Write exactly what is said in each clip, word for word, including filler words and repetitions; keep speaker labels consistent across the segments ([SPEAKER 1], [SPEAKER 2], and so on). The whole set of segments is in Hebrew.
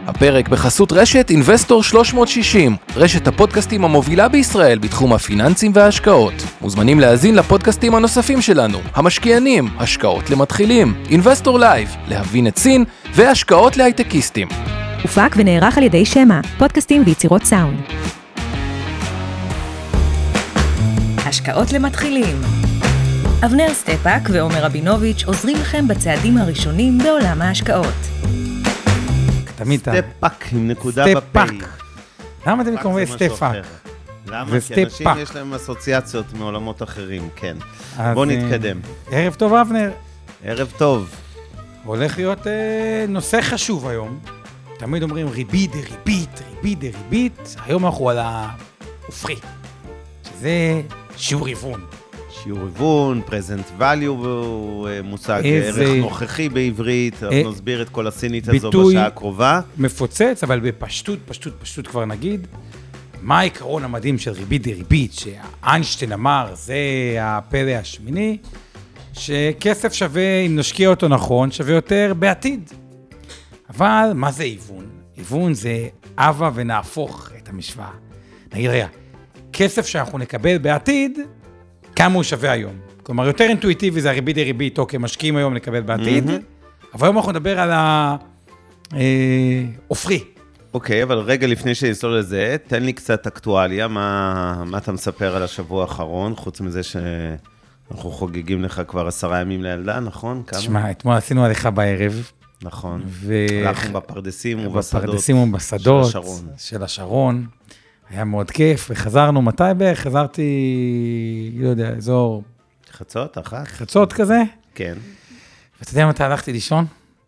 [SPEAKER 1] הפרק בחסות רשת אינבסטור שלוש מאות שישים, רשת הפודקאסטים המובילה בישראל בתחום הפיננסים וההשקעות. מוזמנים להאזין לפודקאסטים הנוספים שלנו, המשקיענים, השקעות למתחילים, אינבסטור לייב, להבין את סין והשקעות להייטקיסטים.
[SPEAKER 2] הופק ונערך על ידי שמה, פודקאסטים ויצירות סאונד. השקעות למתחילים. אבנר סטפאק ועומר רבינוביץ' עוזרים לכם בצעדים הראשונים בעולם ההשקעות.
[SPEAKER 3] סטפאק עם נקודה בפי.
[SPEAKER 4] למה אתם קוראים סטפאק?
[SPEAKER 3] למה? כי אנשים יש להם אסוציאציות מעולמות אחרים, כן. בואו נתקדם.
[SPEAKER 4] ערב טוב אבנר.
[SPEAKER 3] ערב טוב.
[SPEAKER 4] הולך להיות נושא חשוב היום. תמיד אומרים ריבית דריבית, ריבית דריבית. היום אנחנו על ההופכי, שזה שיעור היוון.
[SPEAKER 3] שיעור היוון, present value, הוא מושג ערך נוכחי בעברית, אנחנו נסביר את כל הסינית הזו בשעה הקרובה.
[SPEAKER 4] מפוצץ, אבל בפשטות, פשטות, פשטות כבר נגיד, מה העיקרון המדהים של ריבית דריבית, שאיינשטיין אמר, זה הפלא השמיני, שכסף שווה, אם נשקיע אותו נכון, שווה יותר בעתיד. אבל מה זה היוון? היוון זה הווה ונהפוך את המשוואה. נגיד רגע, כסף שאנחנו נקבל בעתיד, כמה הוא שווה היום. כלומר, יותר אינטואיטיבי זה הריבית דריבית, או כמשקיעים היום לקבל בעתיד, אבל היום אנחנו נדבר על ההופכי.
[SPEAKER 3] אוקיי, אבל רגע לפני שנסלול לזה, תן לי קצת אקטואליה, מה, מה אתה מספר על השבוע האחרון, חוץ מזה שאנחנו חוגגים לך כבר עשרה ימים לילדה, נכון?
[SPEAKER 4] תשמע, אתמול עשינו עליך בערב.
[SPEAKER 3] נכון.
[SPEAKER 4] ו...
[SPEAKER 3] הלכנו בפרדסים ובשדות.
[SPEAKER 4] בפרדסים ובשדות.
[SPEAKER 3] של השרון.
[SPEAKER 4] של השרון. היה מאוד כיף, וחזרנו מתי בערך? חזרתי, לא יודע, אזור...
[SPEAKER 3] חצות, אחת.
[SPEAKER 4] חצות כזה?
[SPEAKER 3] כן.
[SPEAKER 4] ואתה יודע מתי הלכתי לישון?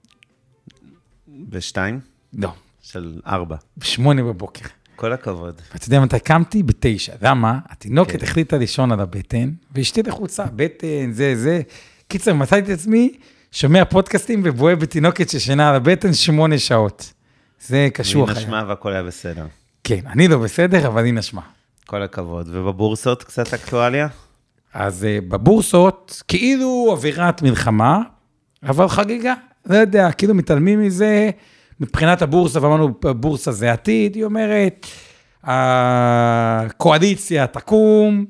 [SPEAKER 3] בשתיים?
[SPEAKER 4] לא.
[SPEAKER 3] של ארבע.
[SPEAKER 4] בשמונה בבוקר.
[SPEAKER 3] כל הכבוד.
[SPEAKER 4] ואתה יודע מתי קמתי? בתשע. למה? התינוקת החליטה לישון על הבטן, ואשתי לחוצה, בטן, זה, זה. קיצר, מצאתי את עצמי, שומע פודקאסטים ובואה בתינוקת ששינה על הבטן שמונה שעות. זה קשוח.
[SPEAKER 3] היא נשמה והכל היה בסדר.
[SPEAKER 4] כן, אני לא בסדר, אבל היא נשמה.
[SPEAKER 3] כל הכבוד. ובבורסות קצת אקטואליה?
[SPEAKER 4] אז בבורסות, כאילו אווירת מלחמה, אבל חגיגה. לא יודע, כאילו מתעלמים מזה, מבחינת הבורסה, ואמרנו, הבורסה זה עתיד, היא אומרת, הקואליציה תקום,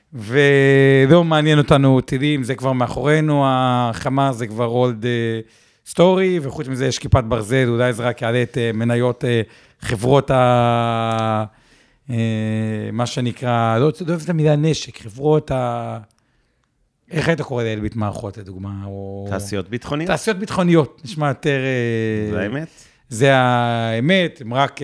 [SPEAKER 4] ולא מעניין אותנו טילים, זה כבר מאחורינו, החמה זה כבר old story, וחוץ מזה יש כיפת ברזל, אולי זה רק יעלה את מניות חברות ה... מה שנקרא, לא אוהב את המילה נשק, חברות ה... איך היית קורא לאלביט מערכות, לדוגמה?
[SPEAKER 3] תעשיות ביטחוניות.
[SPEAKER 4] תעשיות ביטחוניות, נשמע יותר...
[SPEAKER 3] זה האמת?
[SPEAKER 4] זה האמת, הם רק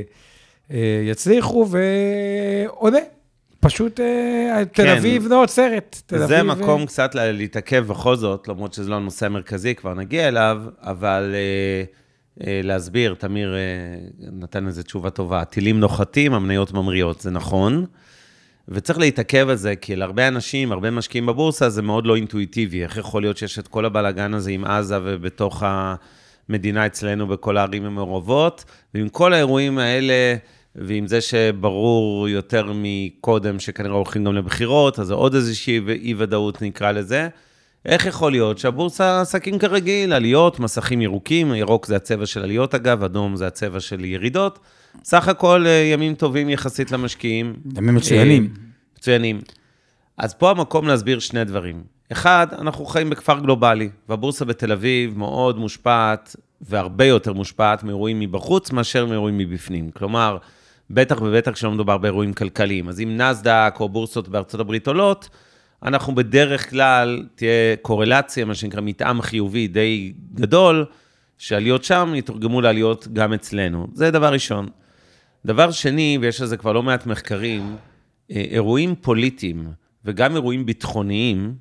[SPEAKER 4] יצליחו ועולה. פשוט תל אביב לא עוצרת.
[SPEAKER 3] זה מקום קצת להתעכב בכל זאת, למרות שזה לא הנושא המרכזי, כבר נגיע אליו, אבל... להסביר, תמיר נתן איזו תשובה טובה, טילים נוחתים, המניות ממריאות, זה נכון, וצריך להתעכב על זה, כי להרבה אנשים, הרבה משקיעים בבורסה, זה מאוד לא אינטואיטיבי, איך יכול להיות שיש את כל הבלגן הזה עם עזה, ובתוך המדינה אצלנו, בכל הערים המעורבות, ועם כל האירועים האלה, ועם זה שברור יותר מקודם, שכנראה הולכים גם לבחירות, אז זה עוד איזושהי אי-ודאות נקרא לזה, איך יכול להיות שהבורסה עסקים כרגיל, עליות, מסכים ירוקים, ירוק זה הצבע של עליות אגב, אדום זה הצבע של ירידות, סך הכל ימים טובים יחסית למשקיעים.
[SPEAKER 4] ימים מצוינים.
[SPEAKER 3] מצוינים. אז פה המקום להסביר שני דברים. אחד, אנחנו חיים בכפר גלובלי, והבורסה בתל אביב מאוד מושפעת, והרבה יותר מושפעת מאירועים מבחוץ, מאשר מאירועים מבפנים. כלומר, בטח ובטח כשלא מדובר באירועים כלכליים. אז אם נסדק או בורסות בארצות הברית עולות, אנחנו בדרך כלל תהיה קורלציה, מה שנקרא מתאם חיובי די גדול, שעליות שם יתורגמו לעליות גם אצלנו. זה דבר ראשון. דבר שני, ויש לזה כבר לא מעט מחקרים, אירועים פוליטיים וגם אירועים ביטחוניים,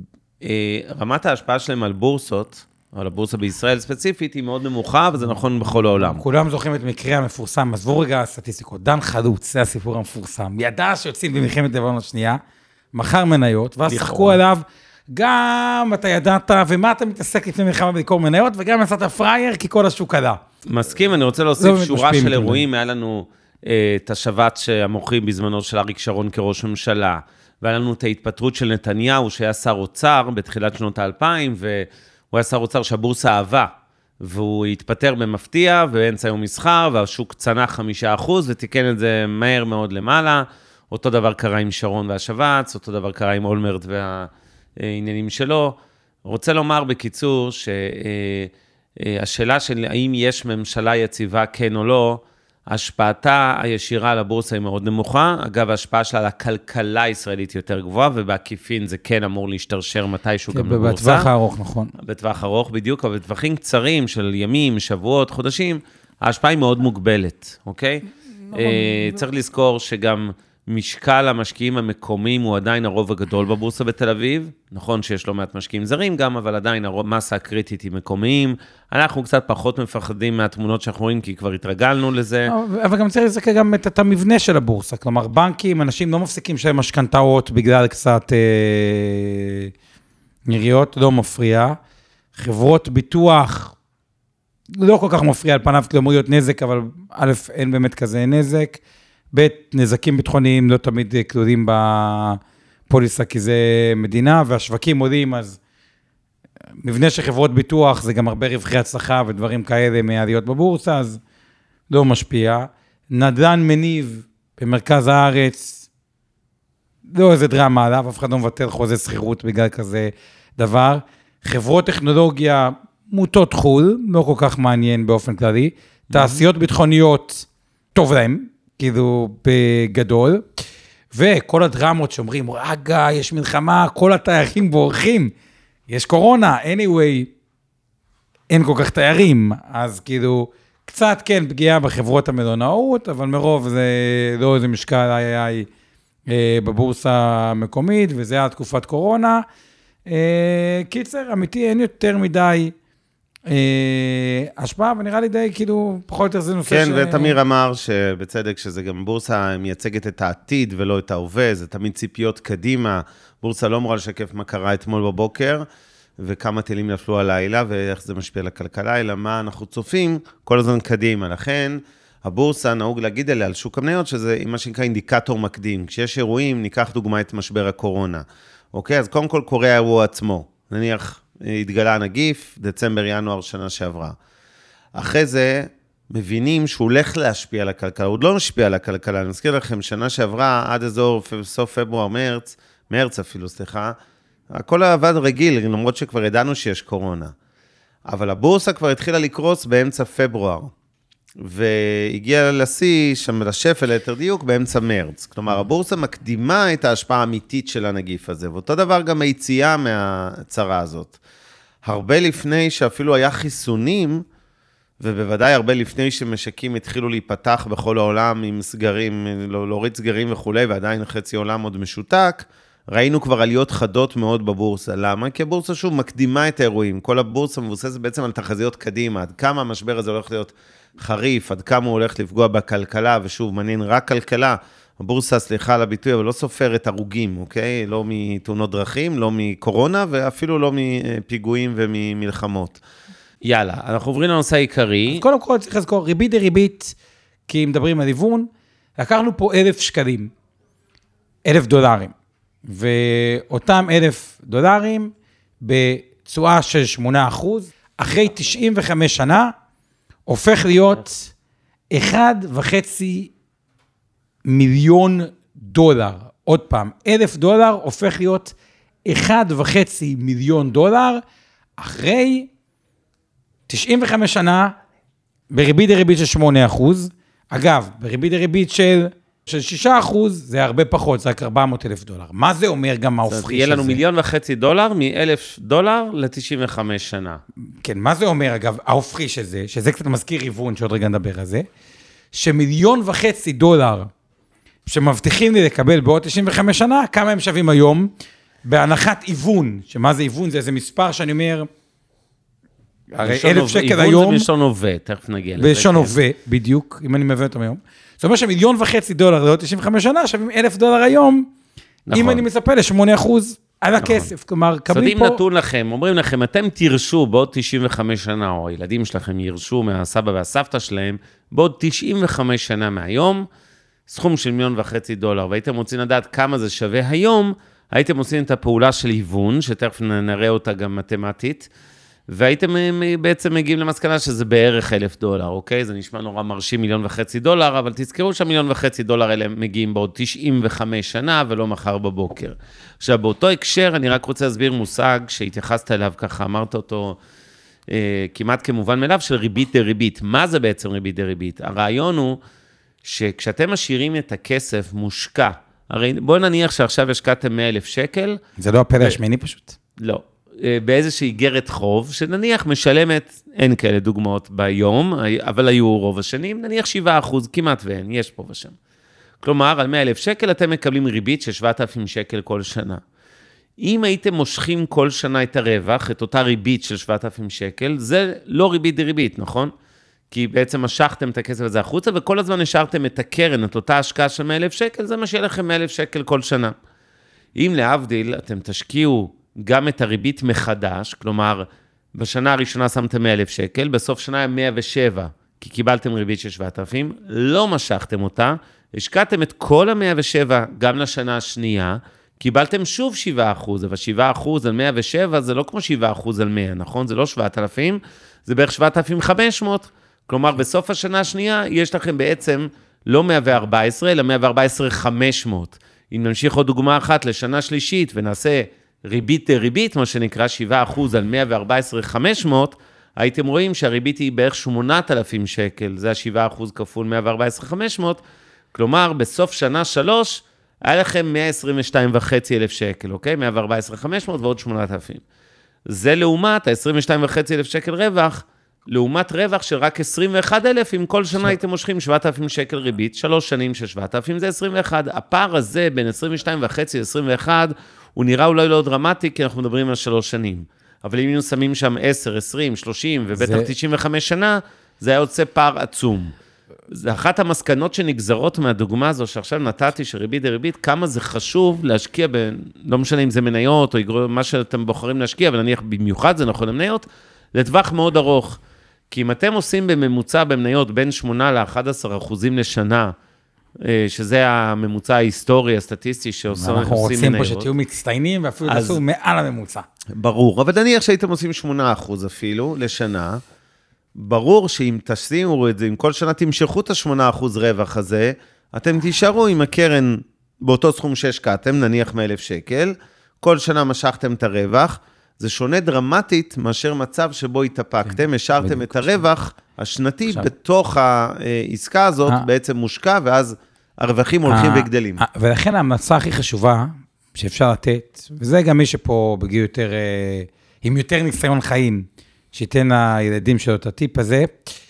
[SPEAKER 3] רמת ההשפעה שלהם על בורסות, על הבורסה בישראל ספציפית, היא מאוד נמוכה, וזה נכון בכל העולם.
[SPEAKER 4] כולם זוכרים את מקרה המפורסם, עזבו רגע הסטטיסטיקות, דן חלוץ, זה הסיפור המפורסם, ידע שיוצאים במלחמת לבנון השנייה, מחר מניות, ואז שחקו עליו, גם אתה ידעת, ומה אתה מתעסק לפני מלחמה בלקור מניות, וגם יצאת פרייר, כי כל השוק עלה.
[SPEAKER 3] מסכים, אני רוצה להוסיף שורה של אירועים, היה לנו את השבץ המוחי בזמנו של אריק שרון כראש ממשלה, והיה לנו את ההתפטרות של נתניהו, שהיה שר אוצר בתחילת שנות האלפיים, והוא היה שר אוצר שהבורסה אהבה, והוא התפטר במפתיע, באמצע יום מסחר, והשוק צנח חמישה אחוז, ותיקן את זה מהר מאוד למעלה. אותו דבר קרה עם שרון והשבץ, אותו דבר קרה עם אולמרט והעניינים שלו. רוצה לומר בקיצור, שהשאלה של האם יש ממשלה יציבה כן או לא, השפעתה הישירה על הבורסה היא מאוד נמוכה, אגב, ההשפעה שלה על הכלכלה הישראלית יותר גבוהה, ובעקיפין זה כן אמור להשתרשר מתישהו גם לבורסה.
[SPEAKER 4] בטווח הארוך, נכון.
[SPEAKER 3] בטווח ארוך, בדיוק, אבל בטווחים קצרים של ימים, שבועות, חודשים, ההשפעה היא מאוד מוגבלת, אוקיי? צריך לזכור שגם משקל המשקיעים המקומיים הוא עדיין הרוב הגדול בבורסה בתל אביב, נכון שיש לא מעט משקיעים זרים גם, אבל עדיין המסה הקריטית היא מקומיים, אנחנו קצת פחות מפחדים מהתמונות שאנחנו רואים, כי כבר התרגלנו לזה.
[SPEAKER 4] אבל גם צריך לזכר גם את, את המבנה של הבורסה, כלומר בנקים, אנשים לא מפסיקים שהם משכנתאות בגלל קצת אה, נריות, לא מפריע, חברות ביטוח, לא כל כך מפריע על פניו, כי אמור להיות נזק, אבל א', אין באמת כזה נזק, ב', נזקים ביטחוניים לא תמיד כלולים בפוליסה, כי זה מדינה, והשווקים עולים, אז מבנה של חברות ביטוח, זה גם הרבה רווחי הצלחה ודברים כאלה מעליות בבורסה, אז לא משפיע. נדל"ן מניב במרכז הארץ, לא איזה דרמה עליו, אף אחד לא מבטל חוזה שכירות בגלל כזה דבר. חברות טכנולוגיה מוטות חול, לא כל כך מעניין באופן כללי. תעשיות ביטחוניות, טוב להם, כאילו בגדול, וכל הדרמות שאומרים, רגע, יש מלחמה, כל התיירים בורחים, יש קורונה, anyway, אין כל כך תיירים, אז כאילו, קצת כן פגיעה בחברות המלונאות, אבל מרוב זה לא איזה משקל איי איי בבורסה המקומית, וזה היה תקופת קורונה. קיצר, אמיתי, אין יותר מדי השפעה, ונראה לי די, כאילו, פחות או יותר זה נושא
[SPEAKER 3] ש... כן, ותמיר אמר שבצדק שזה גם בורסה מייצגת את העתיד ולא את ההווה, זה תמיד ציפיות קדימה, בורסה לא אמורה לשקף מה קרה אתמול בבוקר, וכמה טילים נפלו הלילה, ואיך זה משפיע על הכלכלה, אלא מה אנחנו צופים כל הזמן קדימה. לכן, הבורסה נהוג להגיד עליה על שוק המניות, שזה מה שנקרא אינדיקטור מקדים. כשיש אירועים, ניקח דוגמה את משבר הקורונה. אוקיי? אז קודם כל קורה האירוע עצמו. נניח, התגלה הנגיף, דצמבר, ינואר, שנה שעברה. אחרי זה, מבינים שהוא הולך להשפיע על הכלכלה, הוא עוד לא משפיע על הכלכלה. אני מזכיר לכם, שנה שעברה, עד אזור סוף פברואר, מרץ, מרץ אפילו, סליחה, הכל עבד רגיל, למרות שכבר ידענו שיש קורונה. אבל הבורסה כבר התחילה לקרוס באמצע פברואר, והגיעה לשיא, שם לשפל ליתר דיוק, באמצע מרץ. כלומר, הבורסה מקדימה את ההשפעה האמיתית של הנגיף הזה, ואותו דבר גם היציאה מהצרה הזאת. הרבה לפני שאפילו היה חיסונים, ובוודאי הרבה לפני שמשקים התחילו להיפתח בכל העולם עם סגרים, להוריד סגרים וכו', ועדיין חצי עולם עוד משותק, ראינו כבר עליות חדות מאוד בבורסה. למה? כי הבורסה שוב מקדימה את האירועים. כל הבורסה מבוססת בעצם על תחזיות קדימה. עד כמה המשבר הזה הולך להיות חריף, עד כמה הוא הולך לפגוע בכלכלה, ושוב, מעניין רק כלכלה. הבורסה, סליחה על הביטוי, אבל לא סופרת הרוגים, אוקיי? לא מתאונות דרכים, לא מקורונה, ואפילו לא מפיגועים וממלחמות. יאללה, אנחנו עוברים לנושא העיקרי.
[SPEAKER 4] אז קודם כל צריך לזכור, ריבית דריבית, כי אם מדברים על היוון, לקחנו פה אלף שקלים, אלף דולרים. ואותם אלף דולרים בצועה של שמונה אחוז, אחרי תשעים וחמש שנה, הופך להיות אחד וחצי מיליון דולר. עוד פעם, אלף דולר הופך להיות אחד וחצי מיליון דולר, אחרי תשעים וחמש שנה, בריבית דריבית של שמונה אחוז. אגב, בריבית דריבית של... של שישה אחוז, זה הרבה פחות, זה רק ארבע מאות אלף דולר. מה זה אומר גם ההופכי שזה?
[SPEAKER 3] יהיה לנו מיליון וחצי דולר, מ-אלף דולר ל-תשעים וחמש שנה.
[SPEAKER 4] כן, מה זה אומר, אגב, ההופכי שזה, שזה קצת מזכיר היוון, שעוד רגע נדבר על זה, שמיליון וחצי דולר, שמבטיחים לי לקבל בעוד תשעים וחמש שנה, כמה הם שווים היום, בהנחת היוון, שמה זה היוון? זה איזה מספר שאני אומר, הרי אלף שקל היום...
[SPEAKER 3] היוון זה בלשון הווה, תכף נגיע לזה.
[SPEAKER 4] בלשון הווה, בדיוק, אם אני מביא אותם היום. זאת אומרת שמיליון וחצי דולר לעוד תשעים וחמש שנה, שווים אלף דולר היום, נכון. אם אני מצפה ל-שמונה אחוז על הכסף, נכון. כלומר, קבלים פה...
[SPEAKER 3] אם נתון לכם, אומרים לכם, אתם תירשו בעוד תשעים וחמש שנה, או הילדים שלכם ירשו מהסבא והסבתא שלהם, בעוד תשעים וחמש שנה מהיום, סכום של מיליון וחצי דולר, והייתם רוצים לדעת כמה זה שווה היום, הייתם עושים את הפעולה של היוון, שתכף נראה אותה גם מתמטית, והייתם בעצם מגיעים למסקנה שזה בערך אלף דולר, אוקיי? זה נשמע נורא מרשים מיליון וחצי דולר, אבל תזכרו שהמיליון וחצי דולר האלה מגיעים בעוד תשעים וחמש שנה, ולא מחר בבוקר. עכשיו, באותו הקשר, אני רק רוצה להסביר מושג שהתייחסת אליו ככה, אמרת אותו אה, כמעט כמובן מאליו, של ריבית דריבית. מה זה בעצם ריבית דריבית? הרעיון הוא שכשאתם משאירים את הכסף מושקע, הרי בואו נניח שעכשיו השקעתם מאה אלף שקל.
[SPEAKER 4] זה לא הפלא השמיני פשוט.
[SPEAKER 3] לא. באיזושהי גרת חוב, שנניח משלמת, אין כאלה דוגמאות ביום, אבל היו רוב השנים, נניח שבעה אחוז, כמעט ואין, יש פה ושם. כלומר, על מאה אלף שקל אתם מקבלים ריבית של שבעת אלפים שקל כל שנה. אם הייתם מושכים כל שנה את הרווח, את אותה ריבית של שבעת אלפים שקל, זה לא ריבית דריבית, נכון? כי בעצם משכתם את הכסף הזה החוצה, וכל הזמן השארתם את הקרן, את אותה השקעה של מאה אלף שקל, זה מה שיהיה לכם מאה אלף שקל כל שנה. אם להבדיל, אתם תשקיעו גם את הריבית מחדש, כלומר, בשנה הראשונה שמתם מאה אלף שקל, בסוף שנה היה מאה ושבע, כי קיבלתם ריבית של שבעת אלפים, לא משכתם אותה, השקעתם את כל ה-מאה ושבע גם לשנה השנייה, קיבלתם שוב שבעה אחוז, אבל שבעה אחוז על מאה ושבע זה לא כמו שבעה אחוז על מאה, נכון? זה לא שבעת אלפים, זה בערך שבעת אלפים וחמש מאות, כלומר, בסוף השנה השנייה יש לכם בעצם לא מאה וארבע עשרה, אלא מאה וארבע עשרה אלף וחמש מאות. אם נמשיך עוד דוגמה אחת לשנה שלישית ונעשה ריבית ריבית, מה שנקרא שבעה אחוז על מאה וארבע עשרה אלף וחמש מאות, הייתם רואים שהריבית היא בערך שמונת אלפים שקל, זה ה-שבעה אחוז כפול מאה וארבע עשרה אלף וחמש מאות, כלומר, בסוף שנה שלוש, היה לכם מאה עשרים ושתיים וחצי אלף שקל, אוקיי? מאה וארבע עשרה אלף וחמש מאות ועוד שמונת אלפים. זה לעומת ה-עשרים ושתיים וחצי אלף שקל רווח, לעומת רווח של רק עשרים ואחד אלף, אם כל שנה הייתם מושכים שבעת אלפים שקל ריבית, שלוש שנים של שבעת אלפים זה עשרים ואחת. הפער הזה בין עשרים ושתיים וחצי ל-עשרים ואחת, הוא נראה אולי לא דרמטי, כי אנחנו מדברים על שלוש שנים. אבל אם היינו שמים שם עשר, עשרים, שלושים, ובטח זה... תשעים וחמש שנה, זה היה יוצא פער עצום. זה אחת המסקנות שנגזרות מהדוגמה הזו, שעכשיו נתתי שריבית דריבית, כמה זה חשוב להשקיע, ב... לא משנה אם זה מניות, או מה שאתם בוחרים להשקיע, אבל נניח במיוחד זה נכון למניות, לטווח מאוד ארוך. כי אם אתם עושים בממוצע במניות בין שמונה ל-אחד עשר אחוזים לשנה, שזה הממוצע ההיסטורי, הסטטיסטי שעושים מניות.
[SPEAKER 4] אנחנו רוצים פה שתהיו מצטיינים, ואפילו תעשו מעל הממוצע.
[SPEAKER 3] ברור, אבל נניח שהייתם עושים שמונה אחוז אפילו לשנה, ברור שאם תשימו את זה, אם כל שנה תמשכו את ה-שמונה אחוז רווח הזה, אתם תישארו עם הקרן באותו סכום שהשקעתם, נניח מאה אלף שקל, כל שנה משכתם את הרווח, זה שונה דרמטית מאשר מצב שבו התאפקתם, השארתם את הרווח השנתי בתוך העסקה הזאת, בעצם מושקע, ואז הרווחים הולכים וגדלים.
[SPEAKER 4] ולכן ההמלצה הכי חשובה שאפשר לתת, וזה גם מי שפה בגיל יותר, עם יותר ניסיון חיים, שייתן לילדים שלו את הטיפ הזה,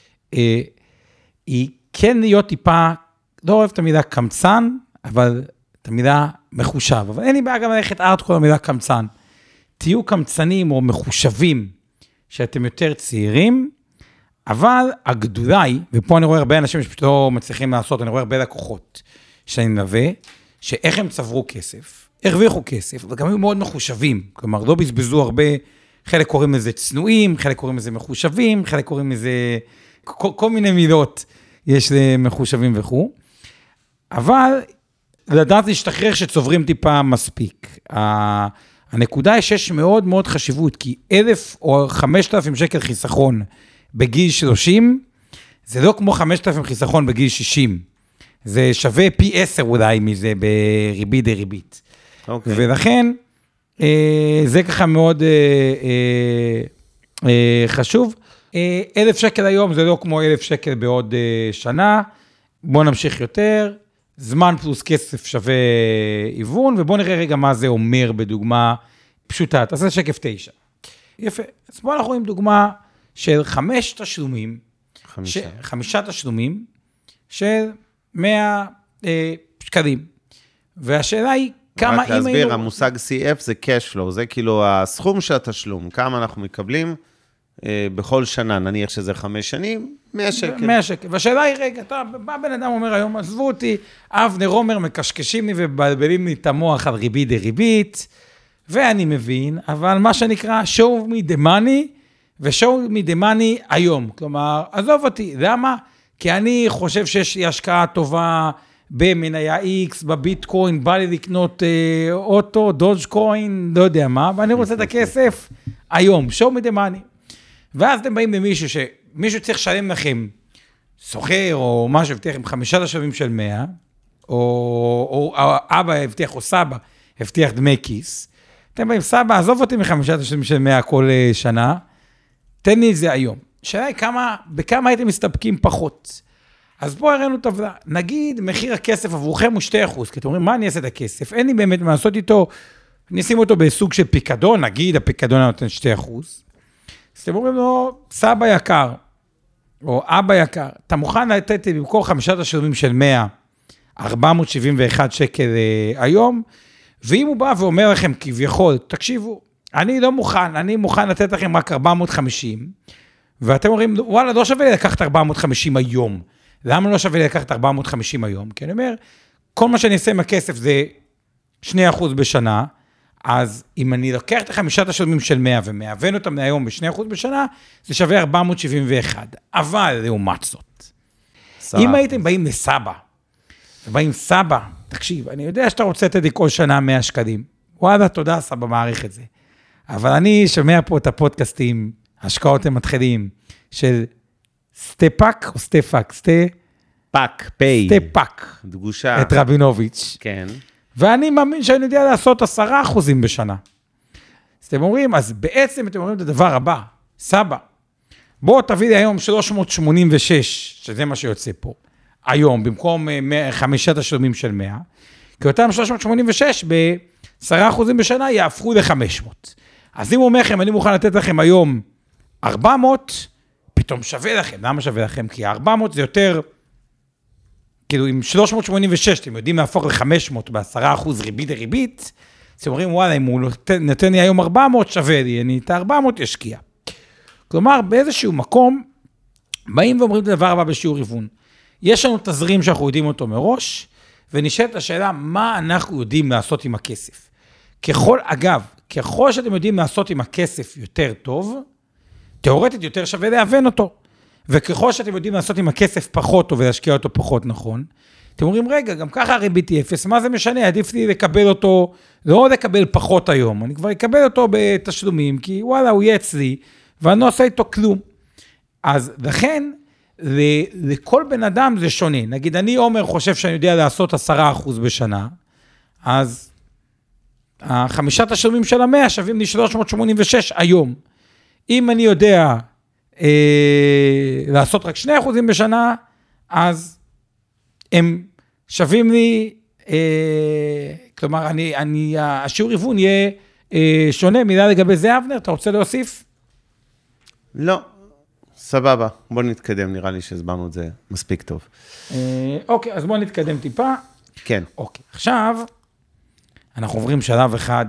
[SPEAKER 4] היא כן להיות טיפה, לא אוהב את המילה קמצן, אבל את המילה מחושב. אבל אין לי בעיה גם ללכת ארטקול המילה קמצן. תהיו קמצנים או מחושבים שאתם יותר צעירים, אבל הגדולה היא, ופה אני רואה הרבה אנשים שפשוט לא מצליחים לעשות, אני רואה הרבה לקוחות שאני מלווה, שאיך הם צברו כסף, הרוויחו כסף, וגם היו מאוד מחושבים, כלומר לא בזבזו הרבה, חלק קוראים לזה צנועים, חלק קוראים לזה מחושבים, חלק קוראים לזה כל, כל מיני מילות יש למחושבים וכו', אבל לדעת להשתחרר שצוברים טיפה מספיק. הנקודה היא שיש מאוד מאוד חשיבות, כי אלף או חמשת אלפים שקל חיסכון בגיל שלושים, זה לא כמו חמשת אלפים חיסכון בגיל שישים. זה שווה פי עשר אולי מזה בריבית דריבית. אוקיי. ולכן, אה, זה ככה מאוד אה, אה, אה, חשוב. אה, אלף שקל היום זה לא כמו אלף שקל בעוד אה, שנה. בואו נמשיך יותר. זמן פלוס כסף שווה עיוון, ובואו נראה רגע מה זה אומר בדוגמה פשוטה. תעשה שקף תשע. יפה. אז בואו אנחנו רואים דוגמה של חמש תשלומים,
[SPEAKER 3] חמישה.
[SPEAKER 4] ש... חמישה תשלומים של מאה אה, שקלים. והשאלה היא כמה...
[SPEAKER 3] רק להסביר, היינו... המושג סי אף זה cash flow, זה כאילו הסכום של התשלום, כמה אנחנו מקבלים אה, בכל שנה, נניח שזה חמש שנים, מאה שקל.
[SPEAKER 4] מאה שקל. והשאלה היא, רגע, אתה, בא בן אדם אומר היום, עזבו אותי, אבנר עומר מקשקשים לי ובלבלים לי את המוח על ריבית דריבית, ואני מבין, אבל מה שנקרא, show me the money, ו-show me the money היום. כלומר, עזוב אותי, למה? כי אני חושב שיש לי השקעה טובה במניה X, בביטקוין, בא לי לקנות אה, אוטו, דודג' קוין, לא יודע מה, ואני רוצה את הכסף היום, show me the money. ואז אתם באים למישהו שמישהו צריך לשלם לכם סוחר או משהו, הבטיח עם חמישה תשלומים של מאה, או, או, או אבא הבטיח או סבא הבטיח דמי כיס, אתם באים, סבא, עזוב אותי מחמישה תשלומים של מאה כל שנה, תן לי את זה היום. השאלה היא כמה, בכמה הייתם מסתפקים פחות. אז פה הראינו טבלה, נגיד מחיר הכסף עבורכם הוא שני אחוז, כי אתם אומרים, מה אני אעשה את הכסף? אין לי באמת מה לעשות איתו, אני אשים אותו בסוג של פיקדון, נגיד הפיקדון נותן שני אחוז, אז אתם אומרים לו, סבא יקר, או אבא יקר, אתה מוכן לתת לי במקור חמישה תשלומים של מאה, ארבע מאות שבעים ואחד שקל היום, ואם הוא בא ואומר לכם כביכול, תקשיבו, אני לא מוכן, אני מוכן לתת לכם רק ארבע מאות וחמישים, ואתם אומרים, וואלה, לא שווה לי לקחת ארבע מאות וחמישים היום. למה לא שווה לי לקחת ארבע מאות וחמישים היום? כי אני אומר, כל מה שאני אעשה עם הכסף זה שני אחוז בשנה, אז אם אני לוקח את החמישה תשלומים של מאה ומאבן אותם מהיום ב-שני אחוז בשנה, זה שווה ארבע מאות שבעים ואחד. אבל לעומת זאת, אם הייתם באים לסבא, ובאים סבא, תקשיב, אני יודע שאתה רוצה לתת לי כל שנה מאה שקלים. וואלה, תודה, סבא, מעריך את זה. אבל אני שומע פה את הפודקאסטים, השקעות הם מתחילים, של סטפק או סטפק,
[SPEAKER 3] פק, פי.
[SPEAKER 4] סטפק.
[SPEAKER 3] דגושה.
[SPEAKER 4] את רבינוביץ'.
[SPEAKER 3] כן.
[SPEAKER 4] ואני מאמין שאני יודע לעשות עשרה אחוזים בשנה. אז אתם אומרים, אז בעצם אתם אומרים את הדבר הבא, סבא, בוא תביא לי היום שלוש מאות שמונים ושש, שזה מה שיוצא פה, היום, במקום חמישה תשלומים של מאה, כי אותם שלוש מאות שמונים ושש ב-עשרה אחוזים בשנה יהפכו ל-חמש מאות. אז אם הוא אומר לכם, אני מוכן לתת לכם היום ארבע מאות, פתאום שווה לכם. למה שווה לכם? כי ארבע מאות זה יותר, כאילו עם שלוש מאות שמונים ושש, אתם יודעים להפוך ל-חמש מאות ב-עשרה אחוז ריבית לריבית, אז אתם אומרים, וואלה, אם הוא נותן, נותן לי היום ארבע מאות, שווה לי, אני את ה-ארבע מאות ישקיע. כלומר, באיזשהו מקום, באים ואומרים את הדבר הבא בשיעור היוון. יש לנו תזרים שאנחנו יודעים אותו מראש, ונשאלת השאלה, מה אנחנו יודעים לעשות עם הכסף? ככל, אגב, ככל שאתם יודעים לעשות עם הכסף יותר טוב, תיאורטית יותר שווה להבין אותו. וככל שאתם יודעים לעשות עם הכסף פחות טוב ולהשקיע אותו פחות נכון, אתם אומרים, רגע, גם ככה הריבית היא אפס, מה זה משנה? עדיף לי לקבל אותו, לא לקבל פחות היום, אני כבר אקבל אותו בתשלומים, כי וואלה, הוא יהיה אצלי, ואני לא עושה איתו כלום. אז לכן, לכל בן אדם זה שונה. נגיד, אני עומר חושב שאני יודע לעשות עשרה אחוז בשנה, אז החמישה תשלומים של המאה שווים לי שלוש מאות שמונים ושש היום. אם אני יודע אה, לעשות רק שני אחוזים בשנה, אז הם שווים לי, אה, כלומר, אני, אני, השיעור היוון יהיה אה, שונה. מילה לגבי זה, אבנר, אתה רוצה להוסיף?
[SPEAKER 3] לא, סבבה. בוא נתקדם, נראה לי שהסברנו את זה מספיק טוב.
[SPEAKER 4] אה, אוקיי, אז בוא נתקדם טיפה.
[SPEAKER 3] כן.
[SPEAKER 4] אוקיי, עכשיו, אנחנו עוברים שלב אחד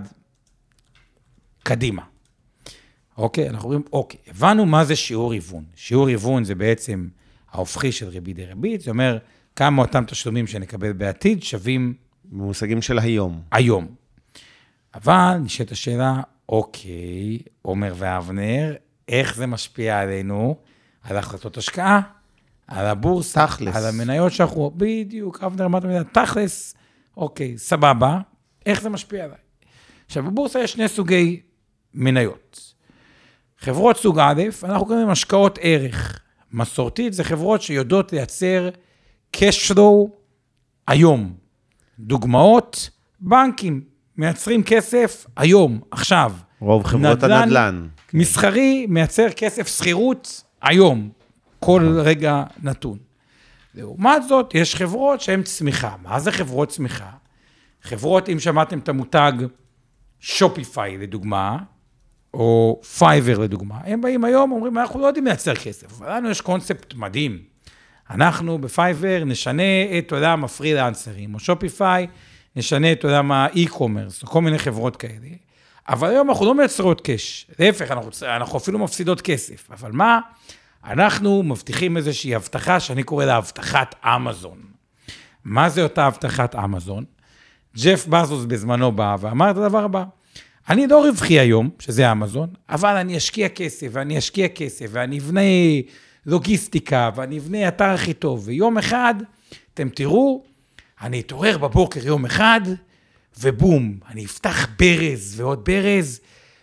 [SPEAKER 4] קדימה. אוקיי, אנחנו אומרים, אוקיי, הבנו מה זה שיעור היוון. שיעור היוון זה בעצם ההופכי של ריבית דריבית, זה אומר כמה אותם תשלומים שנקבל בעתיד שווים...
[SPEAKER 3] במושגים של היום.
[SPEAKER 4] היום. אבל נשאלת השאלה, אוקיי, עומר ואבנר, איך זה משפיע עלינו, על החלטות השקעה, על הבורסה,
[SPEAKER 3] תכלס.
[SPEAKER 4] על המניות שאנחנו, בדיוק, אבנר, מה אתה מבין? תכלס, אוקיי, סבבה, איך זה משפיע עליי? עכשיו, בבורסה יש שני סוגי מניות. חברות סוג א', אנחנו קוראים להם השקעות ערך. מסורתית זה חברות שיודעות לייצר cash flow היום. דוגמאות, בנקים מייצרים כסף היום, עכשיו.
[SPEAKER 3] רוב חברות
[SPEAKER 4] נדל"ן,
[SPEAKER 3] הנדל"ן.
[SPEAKER 4] מסחרי מייצר כסף שכירות היום, כל רגע נתון. לעומת זאת, יש חברות שהן צמיחה. מה זה חברות צמיחה? חברות, אם שמעתם את המותג שופיפיי לדוגמה, או פייבר לדוגמה, הם באים היום, אומרים, אנחנו לא יודעים לייצר כסף, אבל לנו יש קונספט מדהים. אנחנו בפייבר נשנה את עולם הפרילנסרים, או שופיפיי, נשנה את עולם האי-קומרס, או כל מיני חברות כאלה. אבל היום אנחנו לא מייצרות קש, להפך, אנחנו, אנחנו אפילו מפסידות כסף. אבל מה? אנחנו מבטיחים איזושהי הבטחה, שאני קורא לה הבטחת אמזון. מה זה אותה הבטחת אמזון? ג'ף בזוס בזמנו בא ואמר את הדבר הבא, אני לא רווחי היום, שזה אמזון, אבל אני אשקיע כסף, ואני אשקיע כסף, ואני אבנה לוגיסטיקה, ואני אבנה אתר הכי טוב, ויום אחד, אתם תראו, אני אתעורר בבוקר יום אחד, ובום, אני אפתח ברז ועוד ברז,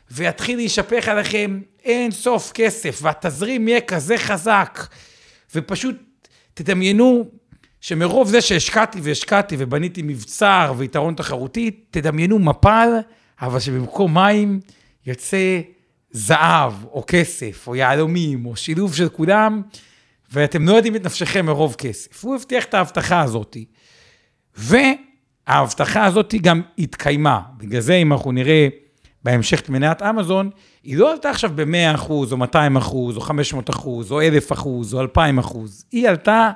[SPEAKER 4] ויתחיל להישפך עליכם אין סוף כסף, והתזרים יהיה כזה חזק, ופשוט תדמיינו שמרוב זה שהשקעתי והשקעתי ובניתי מבצר ויתרון תחרותי, תדמיינו מפל, אבל שבמקום מים יוצא זהב או כסף או יעלומים או שילוב של כולם, ואתם לא יודעים את נפשכם מרוב כסף. הוא הבטיח את ההבטחה הזאת, וההבטחה הזאת גם התקיימה. בגלל זה אם אנחנו נראה בהמשך את מניית אמזון, היא לא עלתה עכשיו ב-מאה אחוז או מאתיים אחוז או חמש מאות אחוז או אלף אחוז או אלפיים אחוז, היא עלתה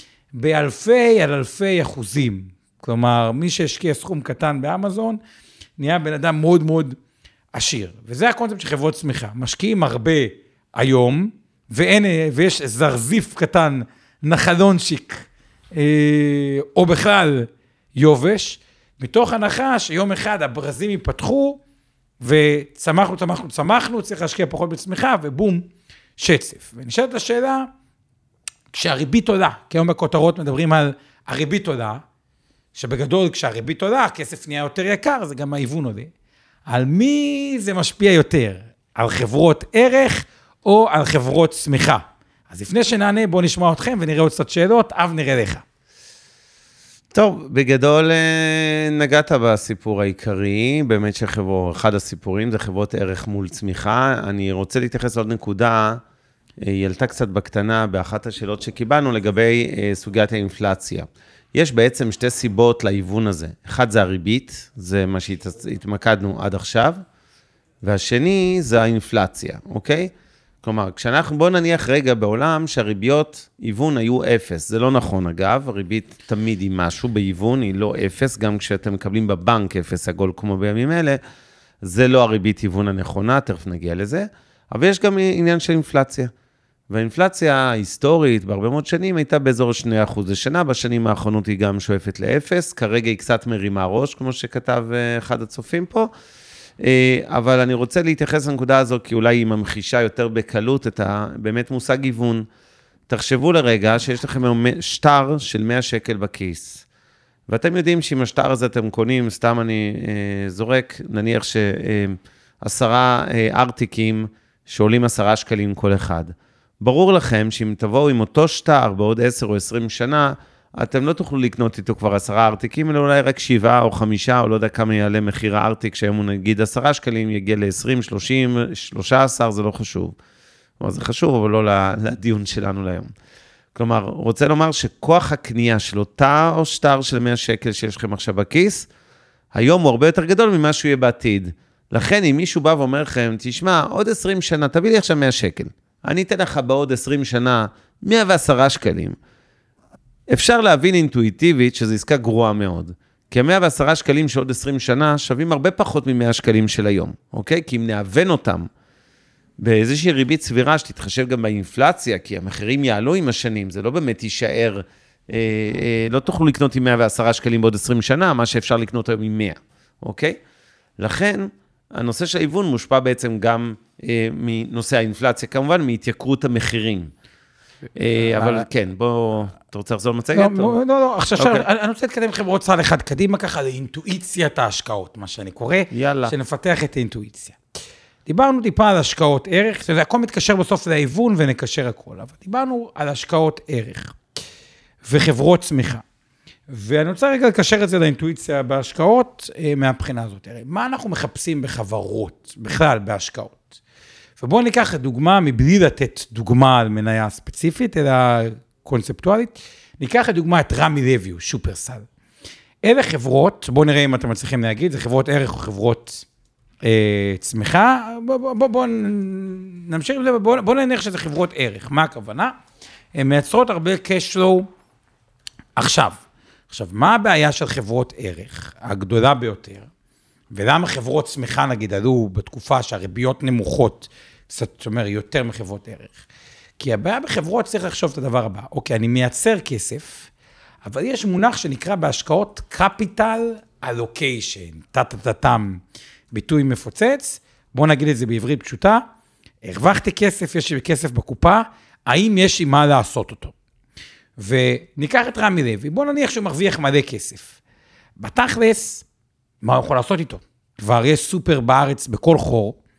[SPEAKER 4] באלפי על אלפי אחוזים. כלומר, מי שהשקיע סכום קטן באמזון, נהיה בן אדם מאוד מאוד עשיר. וזה הקונספט של חברות צמיחה. משקיעים הרבה היום, ואין, ויש זרזיף קטן, נחלונשיק, אה, או בכלל יובש, מתוך הנחה שיום אחד הברזים ייפתחו, וצמחנו, צמחנו, צמחנו, צריך להשקיע פחות בצמיחה, ובום, שצף. ונשאלת השאלה, כשהריבית עולה, כי היום בכותרות מדברים על הריבית עולה, שבגדול כשהריבית עולה, הכסף נהיה יותר יקר, זה גם ההיוון עולה. על מי זה משפיע יותר? על חברות ערך או על חברות צמיחה? אז לפני שנענה, בואו נשמע אתכם ונראה עוד קצת שאלות. אב, נראה לך.
[SPEAKER 3] טוב, בגדול נגעת בסיפור העיקרי, באמת שחברות, אחד הסיפורים זה חברות ערך מול צמיחה. אני רוצה להתייחס לעוד נקודה, היא עלתה קצת בקטנה באחת השאלות שקיבלנו לגבי סוגיית האינפלציה. יש בעצם שתי סיבות להיוון הזה. אחד זה הריבית, זה מה שהתמקדנו עד עכשיו, והשני זה האינפלציה, אוקיי? כלומר, כשאנחנו, בואו נניח רגע בעולם שהריביות היוון היו אפס. זה לא נכון אגב, הריבית תמיד היא משהו בהיוון, היא לא אפס, גם כשאתם מקבלים בבנק אפס עגול כמו בימים אלה, זה לא הריבית היוון הנכונה, תכף נגיע לזה, אבל יש גם עניין של אינפלציה. והאינפלציה ההיסטורית בהרבה מאוד שנים הייתה באזור שני אחוז לשנה, בשנים האחרונות היא גם שואפת לאפס, כרגע היא קצת מרימה ראש, כמו שכתב אחד הצופים פה, אבל אני רוצה להתייחס לנקודה הזו, כי אולי היא ממחישה יותר בקלות את באמת מושג היוון. תחשבו לרגע שיש לכם שטר של מאה שקל בכיס, ואתם יודעים שאם השטר הזה אתם קונים, סתם אני זורק, נניח שעשרה ארטיקים שעולים עשרה שקלים כל אחד. ברור לכם שאם תבואו עם אותו שטר בעוד עשר או עשרים שנה, אתם לא תוכלו לקנות איתו כבר עשרה ארטיקים, אלא אולי רק שבעה או חמישה, או לא יודע כמה יעלה מחיר הארטיק, שהיום הוא נגיד עשרה שקלים, יגיע ל-עשרים, שלושים, שלושה עשר, זה לא חשוב. כלומר, זה חשוב, אבל לא לדיון שלנו להיום. כלומר, רוצה לומר שכוח הקנייה של אותה או שטר של מאה שקל שיש לכם עכשיו בכיס, היום הוא הרבה יותר גדול ממה שהוא יהיה בעתיד. לכן, אם מישהו בא ואומר לכם, תשמע, עוד עשרים שנה, תביא לי עכשיו מאה שקל. אני אתן לך בעוד עשרים שנה, מאה ועשרה שקלים. אפשר להבין אינטואיטיבית שזו עסקה גרועה מאוד. כי מאה ועשרה שקלים שעוד עשרים שנה שווים הרבה פחות מ-מאה שקלים של היום. אוקיי? כי אם נאבן אותם באיזושהי ריבית סבירה שתתחשב גם באינפלציה, כי המחירים יעלו עם השנים, זה לא באמת יישאר, אה, אה, לא תוכלו לקנות עם מאה ועשרה שקלים בעוד עשרים שנה, מה שאפשר לקנות היום עם מאה. אוקיי? לכן, הנושא של היוון מושפע בעצם גם אה, מנושא האינפלציה, כמובן מהתייקרות המחירים. אה, אבל כן, בוא, אתה רוצה לחזור למצגת?
[SPEAKER 4] לא, לא, לא, עכשיו, אני רוצה להתקדם חברות צעד אחד קדימה, ככה לאינטואיציית ההשקעות, מה שאני קורא, שנפתח את האינטואיציה. דיברנו טיפה על השקעות ערך, זה הכל מתקשר בסוף להיוון ונקשר הכל, אבל דיברנו על השקעות ערך וחברות צמיחה. ואני רוצה רגע לקשר את זה לאינטואיציה בהשקעות מהבחינה הזאת. מה אנחנו מחפשים בחברות, בכלל בהשקעות? ובואו ניקח דוגמה, מבלי לתת דוגמה על מניה ספציפית, אלא קונספטואלית, ניקח לדוגמה את רמי לוי, שופרסל. אלה חברות, בואו נראה אם אתם מצליחים להגיד, זה חברות ערך או חברות אה, צמיחה, בואו בוא, בוא, בוא, נמשיך לזה, בואו בוא נניח שזה חברות ערך. מה הכוונה? הן מייצרות הרבה cash flow עכשיו. עכשיו, מה הבעיה של חברות ערך, הגדולה ביותר, ולמה חברות צמיחה, נגיד, עלו בתקופה שהריביות נמוכות, זאת אומרת, יותר מחברות ערך? כי הבעיה בחברות צריך לחשוב את הדבר הבא. אוקיי, אני מייצר כסף, אבל יש מונח שנקרא בהשקעות capital allocation, תת-תתם, ביטוי מפוצץ, בואו נגיד את זה בעברית פשוטה, הרווחתי כסף, יש לי כסף בקופה, האם יש לי מה לעשות אותו? וניקח את רמי לוי, בואו נניח שהוא מרוויח מלא כסף. בתכלס, מה הוא יכול לעשות איתו? כבר יש סופר בארץ בכל חור,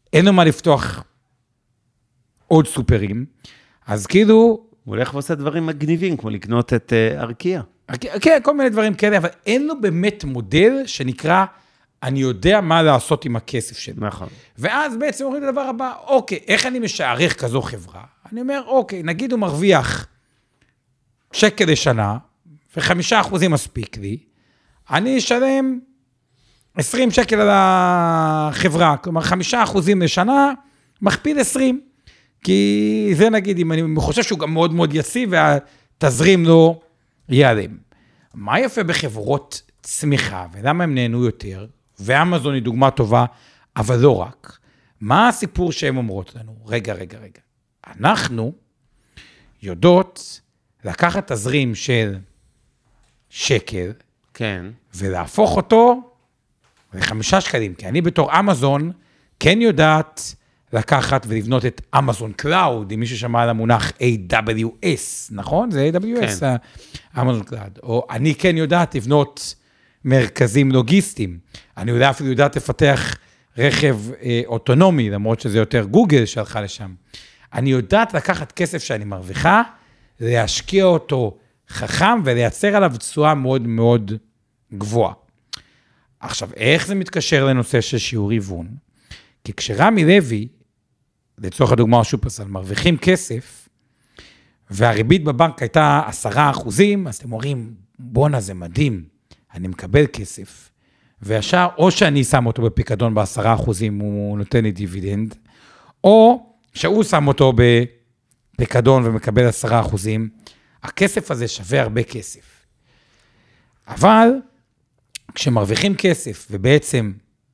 [SPEAKER 4] אין לו מה לפתוח עוד סופרים, אז כאילו... הוא
[SPEAKER 3] הולך ועושה דברים מגניבים, כמו לקנות את uh, ארקיה.
[SPEAKER 4] כן, כל מיני דברים כאלה, אבל אין לו באמת מודל שנקרא, אני יודע מה לעשות עם הכסף שלי.
[SPEAKER 3] נכון.
[SPEAKER 4] ואז בעצם אומרים את הדבר הבא, אוקיי, איך אני משערך כזו חברה? אני אומר, אוקיי, נגיד הוא מרוויח שקל לשנה, וחמישה אחוזים מספיק לי, אני אשלם עשרים שקל על החברה, כלומר חמישה אחוזים לשנה, מכפיל עשרים, כי זה נגיד, אם אני חושב שהוא גם מאוד מאוד יציב, והתזרים לא ייעלם. מה יפה בחברות צמיחה, ולמה הם נהנו יותר, ואמזון היא דוגמה טובה, אבל לא רק. מה הסיפור שהן אומרות לנו? רגע, רגע, רגע. אנחנו יודעות לקחת תזרים של שקל,
[SPEAKER 3] כן.
[SPEAKER 4] ולהפוך אותו לחמישה שקלים, כי אני בתור אמזון כן יודעת לקחת ולבנות את אמזון קלאוד, אם מישהו שמע על המונח איי דאבליו אס, נכון? זה איי דאבליו אס, כן. אמזון קלאוד. או אני כן יודעת לבנות מרכזים לוגיסטיים. אני יודע אפילו יודעת לפתח רכב אה, אוטונומי, למרות שזה יותר גוגל שהלכה לשם. אני יודעת לקחת כסף שאני מרוויחה, להשקיע אותו חכם ולייצר עליו תשואה מאוד מאוד גבוהה. עכשיו, איך זה מתקשר לנושא של שיעור היוון? כי כשרמי לוי, לצורך הדוגמה שופרסל, מרוויחים כסף, והריבית בבנק הייתה עשרה אחוזים, אז אתם אומרים, בונה זה מדהים, אני מקבל כסף, וישר או שאני שם אותו בפיקדון בעשרה אחוזים, הוא נותן לי דיבידנד, או שהוא שם אותו בפיקדון ומקבל עשרה אחוזים, הכסף הזה שווה הרבה כסף. אבל כשמרוויחים כסף ובעצם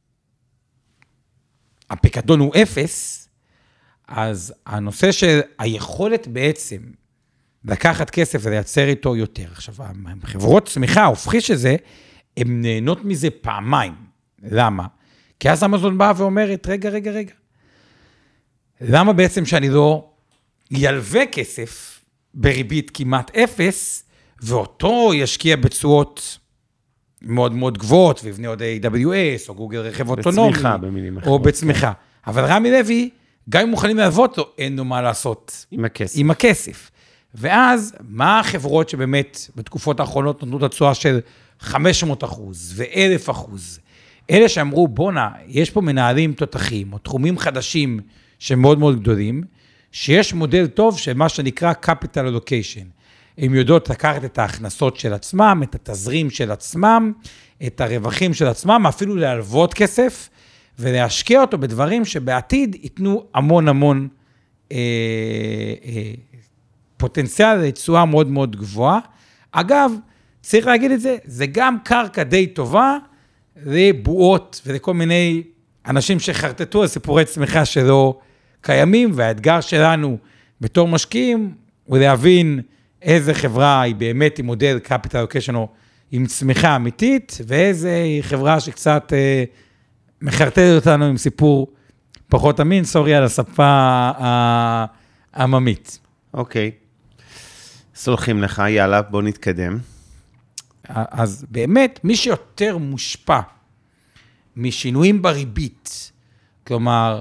[SPEAKER 4] הפיקדון הוא אפס, אז הנושא של היכולת בעצם לקחת כסף ולייצר איתו יותר. עכשיו, חברות צמיחה, הופכי שזה, הן נהנות מזה פעמיים. למה? כי אז אמזון באה ואומרת, רגע, רגע, רגע. למה בעצם שאני לא ילווה כסף בריבית כמעט אפס, ואותו ישקיע בצורות מאוד מאוד גבוהות, ויבנה עוד איי דאבליו אס, או גוגל רכב אוטונומי.
[SPEAKER 3] בצמיחה, במילים אחרות.
[SPEAKER 4] או בצמיחה. אבל רמי לוי, גם אם מוכנים להלוות לו, אין לו מה לעשות.
[SPEAKER 3] עם הכסף.
[SPEAKER 4] עם הכסף. ואז, מה החברות שבאמת בתקופות האחרונות נתנו את התשואה של חמש מאות אחוז ו-אלף אחוז? אלה שאמרו, בונה, יש פה מנהלים תותחים, או תחומים חדשים שמאוד מאוד גדולים, שיש מודל טוב של מה שנקרא capital allocation. הם יודעות לקחת את ההכנסות של עצמם, את התזרים של עצמם, את הרווחים של עצמם, אפילו להלוות כסף, ולהשקיע אותו בדברים שבעתיד ייתנו המון המון אה, אה, פוטנציאל לתשואה מאוד מאוד גבוהה. אגב, צריך להגיד את זה, זה גם קרקע די טובה לבועות ולכל מיני אנשים שחרטטו על סיפורי צמיחה שלא קיימים, והאתגר שלנו בתור משקיעים הוא להבין איזה חברה היא באמת עם מודל capital allocation או עם צמיחה אמיתית, ואיזה היא חברה שקצת אה, מחרטטת אותנו עם סיפור פחות אמין, סורי על השפה העממית.
[SPEAKER 3] אוקיי. סולחים לך, יאללה, בוא נתקדם.
[SPEAKER 4] אז באמת, מי שיותר מושפע משינויים בריבית, כלומר,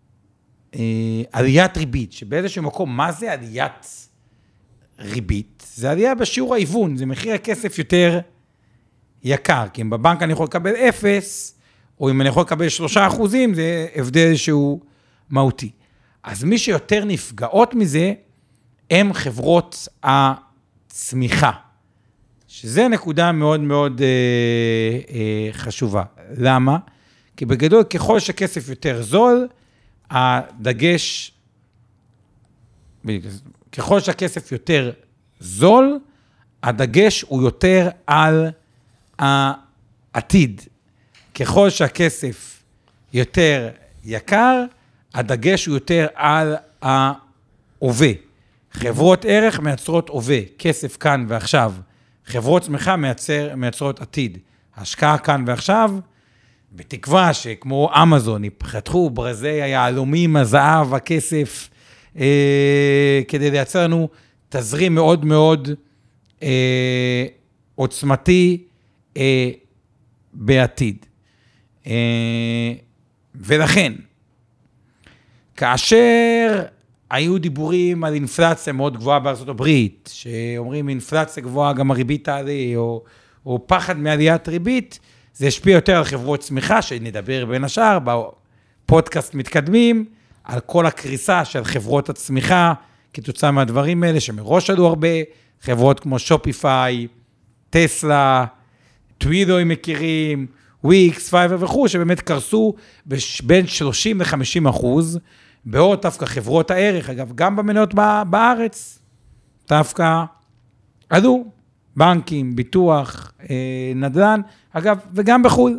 [SPEAKER 4] עליית ריבית, שבאיזשהו מקום, מה זה עליית ריבית? זה עלייה בשיעור ההיוון, זה מחיר הכסף יותר יקר, כי אם בבנק אני יכול לקבל אפס, או אם אני יכול לקבל שלושה אחוזים, זה הבדל שהוא מהותי. אז מי שיותר נפגעות מזה, הם חברות הצמיחה, שזה נקודה מאוד מאוד אה, אה, חשובה. למה? כי בגדול, ככל שכסף יותר זול, הדגש, ככל שהכסף יותר זול, הדגש הוא יותר על העתיד. ככל שהכסף יותר יקר, הדגש הוא יותר על ההווה. חברות ערך מייצרות הווה, כסף כאן ועכשיו. חברות צמיחה מייצר, מייצרות עתיד. השקעה כאן ועכשיו, בתקווה שכמו אמזון, יפתחו ברזי היהלומים, הזהב, הכסף, אה, כדי לייצר לנו תזרים מאוד מאוד אה, עוצמתי אה, בעתיד. אה, ולכן, כאשר היו דיבורים על אינפלציה מאוד גבוהה בארצות הברית, שאומרים אינפלציה גבוהה גם הריבית תעלה, או, או פחד מעליית ריבית, זה השפיע יותר על חברות צמיחה, שנדבר בין השאר, בפודקאסט מתקדמים, על כל הקריסה של חברות הצמיחה, כתוצאה מהדברים האלה, שמראש עלו הרבה, חברות כמו שופיפיי, טסלה, טווידו אם מכירים, וויקס, פייבר וכו', שבאמת קרסו בין שלושים ל-חמישים אחוז, בעוד דווקא חברות הערך, אגב, גם במניות בארץ, דווקא עלו, בנקים, ביטוח, נדל"ן, אגב, וגם בחו"ל,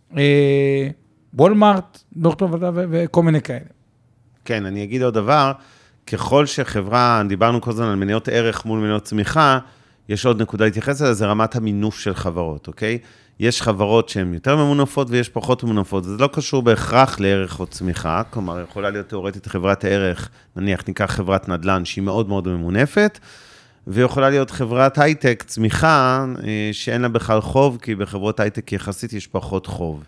[SPEAKER 4] וולמארט, דוקטור וכל מיני כאלה.
[SPEAKER 3] כן, אני אגיד עוד דבר, ככל שחברה, דיברנו כל הזמן על מניות ערך מול מניות צמיחה, יש עוד נקודה להתייחס אליה, זה רמת המינוף של חברות, אוקיי? יש חברות שהן יותר ממונפות ויש פחות ממונפות, זה לא קשור בהכרח לערך או צמיחה, כלומר, יכולה להיות תיאורטית חברת הערך, נניח ניקח חברת נדל"ן שהיא מאוד מאוד ממונפת, ויכולה להיות חברת הייטק, צמיחה, שאין לה בכלל חוב, כי בחברות הייטק יחסית יש פחות חוב.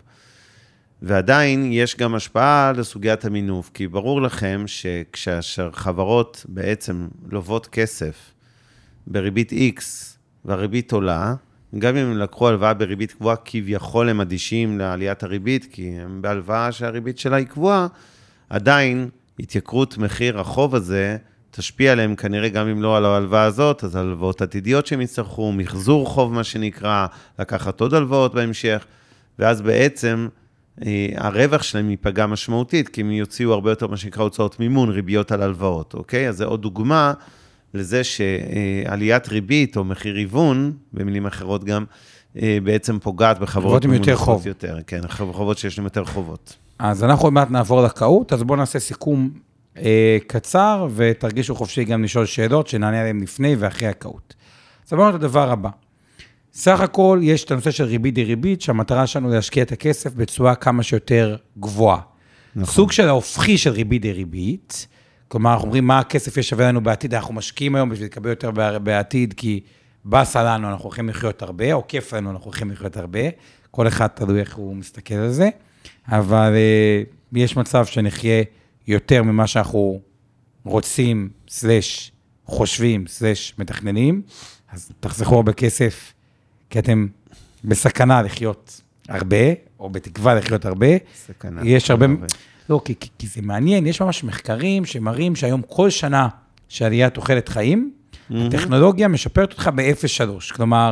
[SPEAKER 3] ועדיין יש גם השפעה לסוגיית המינוף, כי ברור לכם שכשהחברות בעצם לוות כסף בריבית X והריבית עולה, גם אם הם לקחו הלוואה בריבית קבועה, כביכול הם אדישים לעליית הריבית, כי הם בהלוואה שהריבית שלה היא קבועה, עדיין התייקרות מחיר החוב הזה תשפיע עליהם כנראה גם אם לא על ההלוואה הזאת, אז הלוואות עתידיות שהם יצטרכו, מחזור חוב מה שנקרא, לקחת עוד הלוואות בהמשך, ואז בעצם הרווח שלהם ייפגע משמעותית, כי הם יוציאו הרבה יותר מה שנקרא הוצאות מימון, ריביות על הלוואות, אוקיי? אז זה עוד דוגמה לזה שעליית ריבית או מחיר היוון, במילים אחרות גם, בעצם פוגעת בחברות
[SPEAKER 4] עם יותר חוב.
[SPEAKER 3] יותר, כן, חובות שיש להם יותר חובות.
[SPEAKER 4] אז אנחנו עוד מעט נעבור לקהות, אז בואו נעשה סיכום אה, קצר, ותרגישו חופשי גם לשאול שאלות, שנענה עליהם לפני ואחרי הקהות. אז אמרנו את הדבר הבא. סך הכל יש את הנושא של ריבית דריבית, שהמטרה שלנו להשקיע את הכסף בצורה כמה שיותר גבוהה. נכון. סוג של ההופכי של ריבית דריבית, כלומר, אנחנו אומרים מה הכסף ישווה לנו בעתיד, אנחנו משקיעים היום בשביל לקבל יותר בעתיד, כי בסה לנו אנחנו הולכים לחיות הרבה, או כיף לנו אנחנו הולכים לחיות הרבה, כל אחד תלוי איך הוא מסתכל על זה, אבל uh, יש מצב שנחיה יותר ממה שאנחנו רוצים, סלש, חושבים, סלש, מתכננים, אז תחסכו הרבה כסף, כי אתם בסכנה לחיות הרבה, או בתקווה לחיות הרבה.
[SPEAKER 3] סכנה.
[SPEAKER 4] יש הרבה... הרבה. לא, כי, כי זה מעניין, יש ממש מחקרים שמראים שהיום כל שנה שעלייה תוחלת חיים, mm-hmm. הטכנולוגיה משפרת אותך ב-אפס נקודה שלוש. כלומר,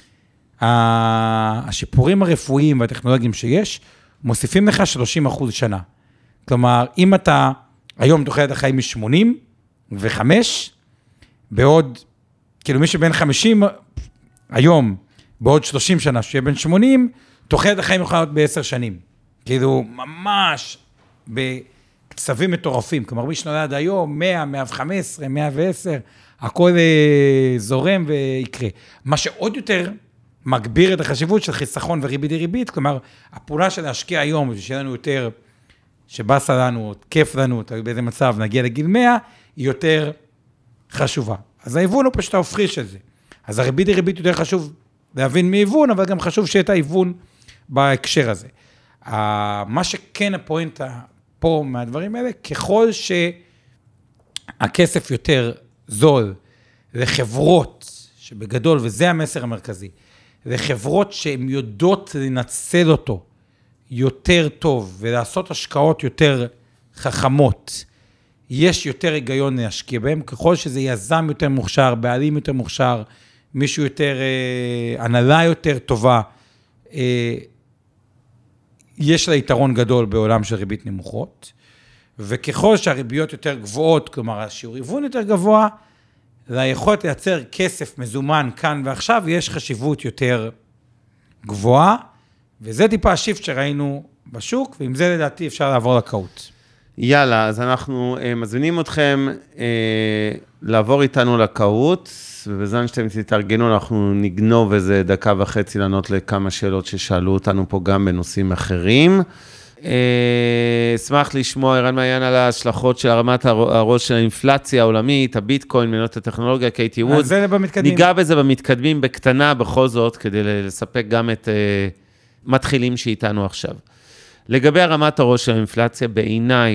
[SPEAKER 4] השיפורים הרפואיים והטכנולוגיים שיש, מוסיפים לך שלושים אחוז שנה. כלומר, אם אתה היום תוחלת החיים מ-שמונים וחמש, בעוד, כאילו מי שבין חמישים היום, בעוד שלושים שנה, שיהיה בין שמונים, תוחלת החיים יכולה להיות בעשר שנים. כאילו, ממש בקצבים מטורפים. כלומר, מי שנולד היום, מאה, מאה וחמש עשרה, מאה ועשר, הכל זורם ויקרה. מה שעוד יותר מגביר את החשיבות של חיסכון וריבית דריבית, כלומר, הפעולה של להשקיע היום, שיהיה לנו יותר, שבאסה לנו, כיף לנו, באיזה מצב נגיע לגיל מאה, היא יותר חשובה. אז ההיוון הוא פשוט ההופכי של זה. אז הריבית דריבית יותר חשוב להבין מהיוון, אבל גם חשוב שיהיה את ההיוון בהקשר הזה. מה שכן הפואנטה פה מהדברים האלה, ככל שהכסף יותר זול לחברות שבגדול, וזה המסר המרכזי, לחברות שהן יודעות לנצל אותו יותר טוב, ולעשות השקעות יותר חכמות, יש יותר היגיון להשקיע בהם, ככל שזה יזם יותר מוכשר, בעלים יותר מוכשר, מישהו יותר, אה, הנהלה יותר טובה, אה, יש לה יתרון גדול בעולם של ריבית נמוכות, וככל שהריביות יותר גבוהות, כלומר השיעור היוון יותר גבוה, ליכולת לייצר כסף מזומן כאן ועכשיו, יש חשיבות יותר גבוהה, וזה טיפה השיפט שראינו בשוק, ועם זה לדעתי אפשר לעבור לקהות.
[SPEAKER 3] יאללה, אז אנחנו אה, מזמינים אתכם אה, לעבור איתנו לקהות, ובזמן שאתם תתארגנו, אנחנו נגנוב איזה דקה וחצי לענות לכמה שאלות ששאלו אותנו פה גם בנושאים אחרים. אשמח לשמוע, ערן מעיין, על ההשלכות של הרמת הראש של האינפלציה העולמית, הביטקוין, מניות הטכנולוגיה, קייטי ווד.
[SPEAKER 4] זה במתקדמים.
[SPEAKER 3] ניגע בזה במתקדמים בקטנה בכל זאת, כדי לספק גם את מתחילים שאיתנו עכשיו. לגבי הרמת הראש של האינפלציה, בעיניי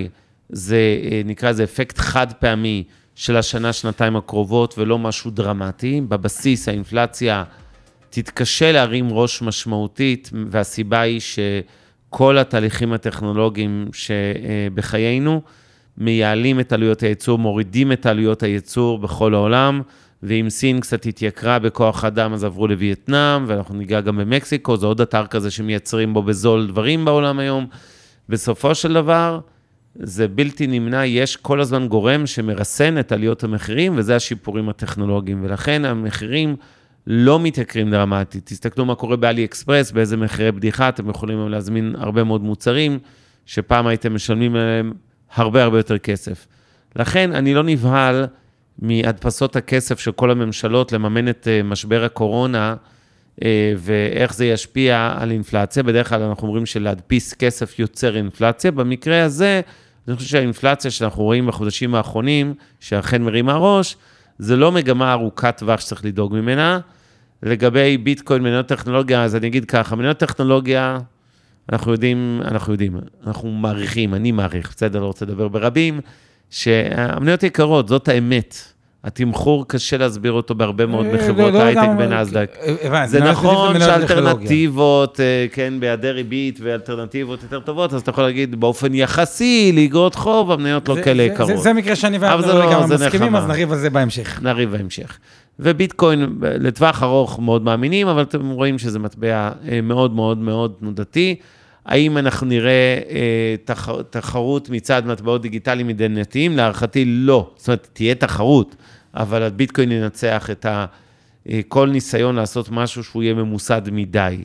[SPEAKER 3] זה נקרא זה אפקט חד פעמי של השנה, שנתיים הקרובות, ולא משהו דרמטי. בבסיס האינפלציה תתקשה להרים ראש משמעותית, והסיבה היא שכל התהליכים הטכנולוגיים שבחיינו, מייעלים את עלויות הייצור, מורידים את עלויות הייצור בכל העולם, ואם סין קצת התייקרה בכוח אדם, אז עברו לווייטנאם, ואנחנו ניגע גם במקסיקו, זה עוד אתר כזה שמייצרים בו בזול דברים בעולם היום. בסופו של דבר, זה בלתי נמנע, יש כל הזמן גורם שמרסן את עליות המחירים, וזה השיפורים הטכנולוגיים, ולכן המחירים לא מתייקרים דרמטית. תסתכלו מה קורה באלי אקספרס, באיזה מחירי בדיחה, אתם יכולים להזמין הרבה מאוד מוצרים, שפעם הייתם משלמים עליהם הרבה הרבה יותר כסף. לכן אני לא נבהל מהדפסות הכסף של כל הממשלות לממן את משבר הקורונה, ואיך זה ישפיע על אינפלציה. בדרך כלל אנחנו אומרים שלהדפיס כסף יוצר אינפלציה. במקרה הזה, אני חושב שהאינפלציה שאנחנו רואים בחודשים האחרונים, שאכן מרימה ראש, זה לא מגמה ארוכת טווח שצריך לדאוג ממנה. לגבי ביטקוין, מניות טכנולוגיה, אז אני אגיד ככה, מניות טכנולוגיה, אנחנו יודעים, אנחנו יודעים, אנחנו מעריכים, אני מעריך, בסדר, לא רוצה לדבר ברבים, שהמניות יקרות, זאת האמת. התמחור קשה להסביר אותו בהרבה מאוד בחברות הייטק בנאסד"ק. זה נכון שאלטרנטיבות, כן, בהיעדר ריבית ואלטרנטיבות יותר טובות, אז אתה יכול להגיד, באופן יחסי, לאגרות חוב, המניות לא כאלה יקרות.
[SPEAKER 4] זה מקרה שאני ואבנר גם מסכימים, אז נריב על זה בהמשך.
[SPEAKER 3] נריב בהמשך. וביטקוין לטווח ארוך מאוד מאמינים, אבל אתם רואים שזה מטבע מאוד מאוד מאוד תנודתי. האם אנחנו נראה תחרות מצד מטבעות דיגיטליים מדינתיים? להערכתי לא. זאת אומרת, תהיה תחרות, אבל הביטקוין ינצח את כל ניסיון לעשות משהו שהוא יהיה ממוסד מדי,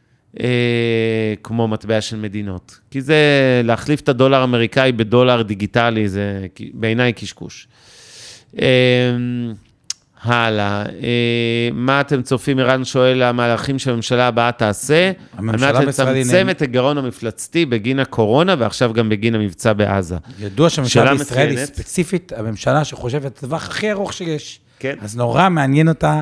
[SPEAKER 3] כמו מטבע של מדינות. כי זה להחליף את הדולר האמריקאי בדולר דיגיטלי, זה בעיניי קשקוש. הלאה, מה אתם צופים? ערן שואל, המהלכים שהממשלה הבאה תעשה, על מנת לצמצם את הגירעון המפלצתי בגין הקורונה, ועכשיו גם בגין המבצע בעזה.
[SPEAKER 4] ידוע שהממשלה בישראל היא ספציפית, הממשלה שחושבת את הדבר הכי ארוך שיש, אז נורא מעניין אותה,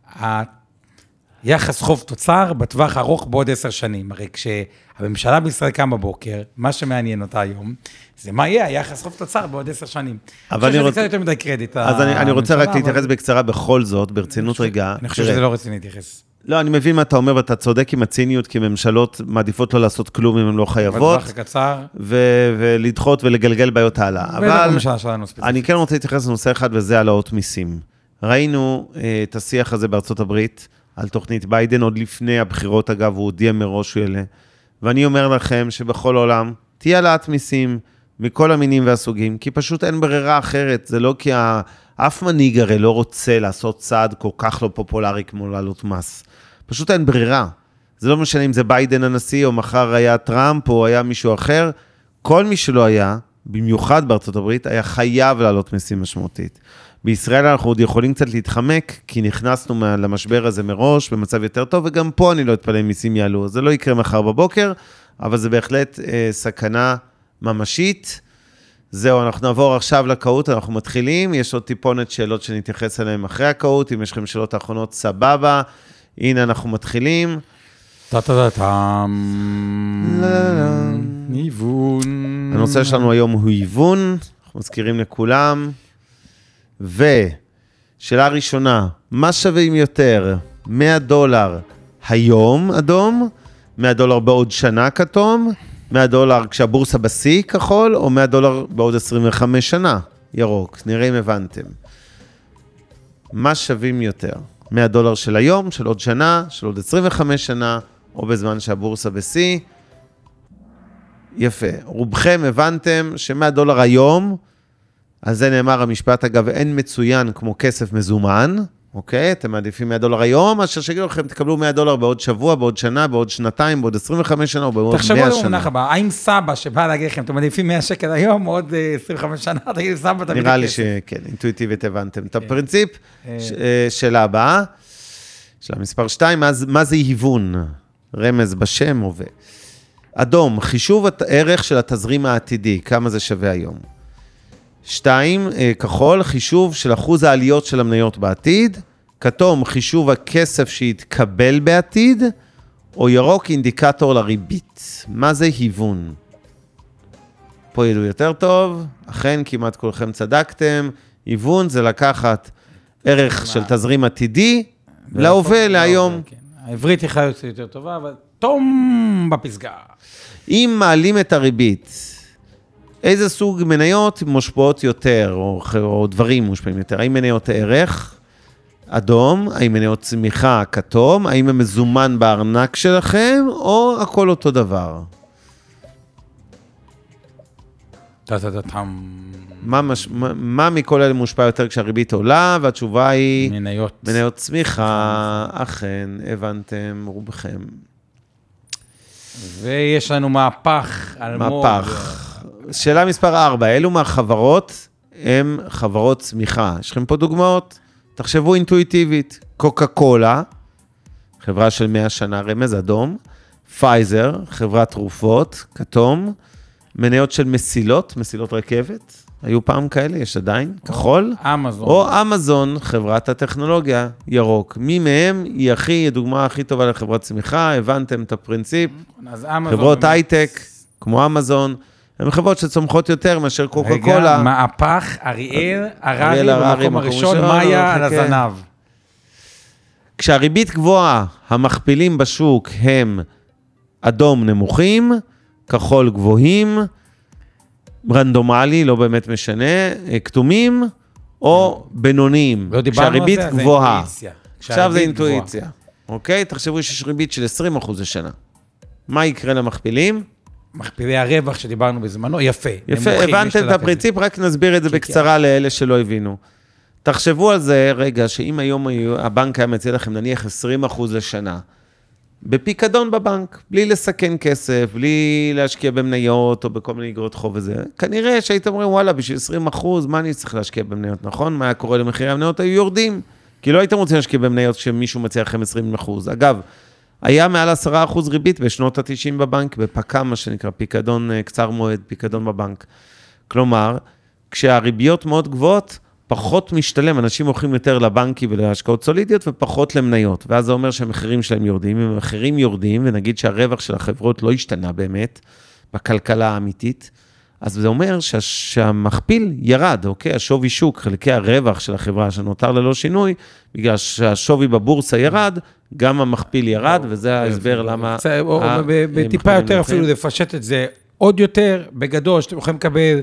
[SPEAKER 4] היחס חוב תוצר בטווח ארוך בעוד עשר שנים. הרי כשהממשלה בישראל קם בבוקר, מה שמעניין אותה היום, זה מה יהיה היחס חוב תוצר בעוד עשר שנים. אבל אני רוצה יותר מדי קרדיט.
[SPEAKER 3] אז אני רוצה רק להתייחס בקצרה בכל זאת, ברצינות רגע.
[SPEAKER 4] אני חושב שזה לא רציני להתייחס.
[SPEAKER 3] לא, אני מבין מה אתה אומר, ואתה צודק עם הציניות, כי ממשלות מעדיפות לא לעשות כלום אם הן לא חייבות.
[SPEAKER 4] בטווח הקצר.
[SPEAKER 3] ולדחות ולגלגל בעיות הלאה. אבל אני כן רוצה להתייחס לנושא אחד, וזה העלאות מיסים. ראינו את השיח הזה בארצות הברית, על תוכנית ביידן, עוד לפני הבחירות, אגב, הוא הודיע מראש שהוא יעלה. ואני אומר לכם שבכל עולם תהיה העלאת מיסים מכל המינים והסוגים, כי פשוט אין ברירה אחרת. זה לא כי אף מנהיג הרי לא רוצה לעשות צעד כל כך לא פופולרי כמו לעלות מס. פשוט אין ברירה. זה לא משנה אם זה ביידן הנשיא, או מחר היה טראמפ, או היה מישהו אחר. כל מי שלא היה, במיוחד בארצות הברית, היה חייב לעלות מיסים משמעותית. בישראל אנחנו עוד יכולים קצת להתחמק, כי נכנסנו למשבר הזה מראש, במצב יותר טוב, וגם פה אני לא אתפלא אם מיסים יעלו. זה לא יקרה מחר בבוקר, אבל זה בהחלט אה, סכנה ממשית. זהו, אנחנו נעבור עכשיו לקהות, אנחנו מתחילים, יש עוד טיפונת שאלות שנתייחס אליהן אחרי הקהות, אם יש לכם שאלות האחרונות, סבבה. הנה אנחנו מתחילים.
[SPEAKER 4] טה-טה-טה-טם. היוון.
[SPEAKER 3] הנושא שלנו היום הוא היוון, אנחנו מזכירים לכולם. ושאלה ראשונה, מה שווים יותר? מאה דולר היום אדום, מאה דולר בעוד שנה כתום, מאה דולר כשהבורסה בשיא כחול, או מאה דולר בעוד עשרים וחמש שנה ירוק. נראה אם הבנתם. מה שווים יותר? מאה דולר של היום, של עוד שנה, של עוד עשרים וחמש שנה, או בזמן שהבורסה בשיא? יפה. רובכם הבנתם ש-מאה דולר היום, אז זה נאמר המשפט, אגב, אין מצוין כמו כסף מזומן, אוקיי? אתם מעדיפים מאה דולר היום, אז שגידו לכם, תקבלו מאה דולר בעוד שבוע, בעוד שנה, בעוד שנתיים, בעוד עשרים וחמש שנה, או בעוד מאה שנה.
[SPEAKER 4] תחשבו למונח הבא, האם סבא שבא להגיד לכם, אתם מעדיפים מאה שקל היום, עוד עשרים וחמש שנה, תגידו סבא, תמיד
[SPEAKER 3] נראה לי שכן, אינטואיטיבית הבנתם את הפרינציפ. שאלה הבאה, שאלה מספר שתיים, מה זה היוון? רמז בשם הווה. אדום, חישוב הערך של התזרים העתידי, כמה זה שווה היום? שתיים, כחול, חישוב של אחוז העליות של המניות בעתיד, כתום, חישוב הכסף שיתקבל בעתיד, או ירוק, אינדיקטור לריבית. מה זה היוון? פה ידעו יותר טוב, אכן כמעט כולכם צדקתם, היוון זה לקחת ערך של תזרים עתידי, להווה להיום.
[SPEAKER 4] העברית היא חייבת יותר טובה, אבל תום בפסגה.
[SPEAKER 3] אם מעלים את הריבית, איזה סוג מניות מושפעות יותר, או, או דברים מושפעים יותר? האם מניות ערך, אדום, האם מניות צמיחה, כתום, האם הם מזומן בארנק שלכם, או הכל אותו דבר? מה, מש, מה, מה מכל אלה מושפע יותר כשהריבית עולה, והתשובה היא...
[SPEAKER 4] מניות.
[SPEAKER 3] מניות צמיחה, אכן, הבנתם, רובכם.
[SPEAKER 4] ויש לנו מהפך.
[SPEAKER 3] מהפך. שאלה מספר ארבע, אלו מהחברות הם חברות צמיחה. יש לכם פה דוגמאות? תחשבו אינטואיטיבית. קוקה קולה, חברה של מאה שנה, רמז אדום. פייזר, חברת תרופות, כתום. מניות של מסילות, מסילות רכבת. היו פעם כאלה, יש עדיין, כחול.
[SPEAKER 4] אמזון.
[SPEAKER 3] או אמזון, חברת הטכנולוגיה, ירוק. מי מהם היא הכי, הדוגמה הכי טובה לחברת צמיחה, הבנתם את הפרינציפ. חברות הייטק, כמו אמזון, הן חברות שצומחות יותר מאשר קוקה קולה.
[SPEAKER 4] רגע, מהפך, אריאל, הררי, במקום הראשון, מאיה על הזנב.
[SPEAKER 3] כשהריבית גבוהה, המכפילים בשוק הם אדום נמוכים, כחול גבוהים, רנדומלי, לא באמת משנה, כתומים, או בינוניים.
[SPEAKER 4] לא דיברנו על זה, זה אינטואיציה.
[SPEAKER 3] עכשיו זה אינטואיציה. אוקיי? תחשבו שיש ריבית של עשרים אחוז לשנה. מה יקרה למכפילים?
[SPEAKER 4] מכפילי הרווח שדיברנו בזמנו, יפה.
[SPEAKER 3] יפה, הבנתם את הפרינציפ, רק נסביר את זה בקצרה לאלה שלא הבינו. תחשבו על זה, רגע, שאם היום הבנק היה מציע לכם נניח עשרים אחוז לשנה, בפיקדון בבנק, בלי לסכן כסף, בלי להשקיע במניות או בכל מיני אגרות חוב וזה, כנראה שהייתם אומרים, וואלה, בשביל עשרים אחוז, מה אני צריך להשקיע במניות, נכון? מה היה קורה למחירי המניות? היו יורדים, כי לא הייתם רוצים להשקיע במניות כשמישהו מציע לכם עשרים אחוז. אגב, היה מעל עשרה אחוז ריבית בשנות ה-תשעים בבנק, בפקם, מה שנקרא, פיקדון קצר מועד, פיקדון בבנק. כלומר, כשהריביות מאוד גבוהות, פחות משתלם, אנשים הולכים יותר לבנקים ולהשקעות סולידיות, ופחות למניות, ואז זה אומר שהמחירים שלהם יורדים, אם המחירים יורדים, ונגיד שהרווח של החברות לא השתנה באמת, בכלכלה האמיתית, אז זה אומר שה, שהמכפיל ירד, אוקיי? השווי שוק, חלקי הרווח של החברה שנותר ללא שינוי, בגלל שהשווי בבורסה ירד, גם המכפיל ירד, וזה ההסבר למה...
[SPEAKER 4] בטיפה יותר אפילו לפשט את זה עוד יותר, בגדול, שאתם יכולים לקבל...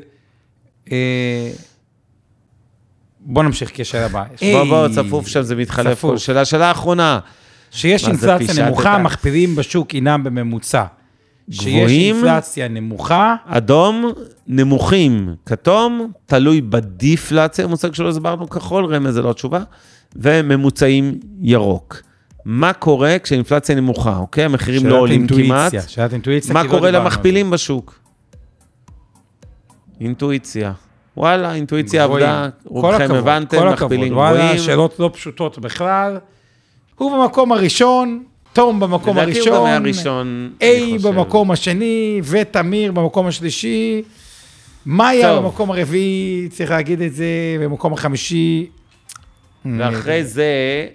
[SPEAKER 4] בוא נמשיך כשאלה הבאה.
[SPEAKER 3] בוא בוא, צפוף שם, זה מתחלף. שאלה, שאלה האחרונה.
[SPEAKER 4] שיש אינפלציה נמוכה, מכפילים בשוק אינם בממוצע. שיש אינפלציה נמוכה.
[SPEAKER 3] אדום, נמוכים, כתום, תלוי בדיפלציה, מושג שלא הסברנו כחול, רמז זה לא תשובה, וממוצעים ירוק. מה קורה כשאינפלציה נמוכה, אוקיי? המחירים לא עולים כמעט.
[SPEAKER 4] שאלת אינטואיציה.
[SPEAKER 3] מה קורה למכפילים בשוק? אינטואיציה. וואלה, אינטואיציה עבדה, רובכם הבנתם, מכפילים גבוהים.
[SPEAKER 4] וואלה, שאלות לא פשוטות בכלל. הוא במקום הראשון, תום במקום הראשון, איי במקום השני, ותמיר במקום השלישי, מאיה במקום הרביעי, צריך להגיד את זה, במקום החמישי.
[SPEAKER 3] ואחרי זה,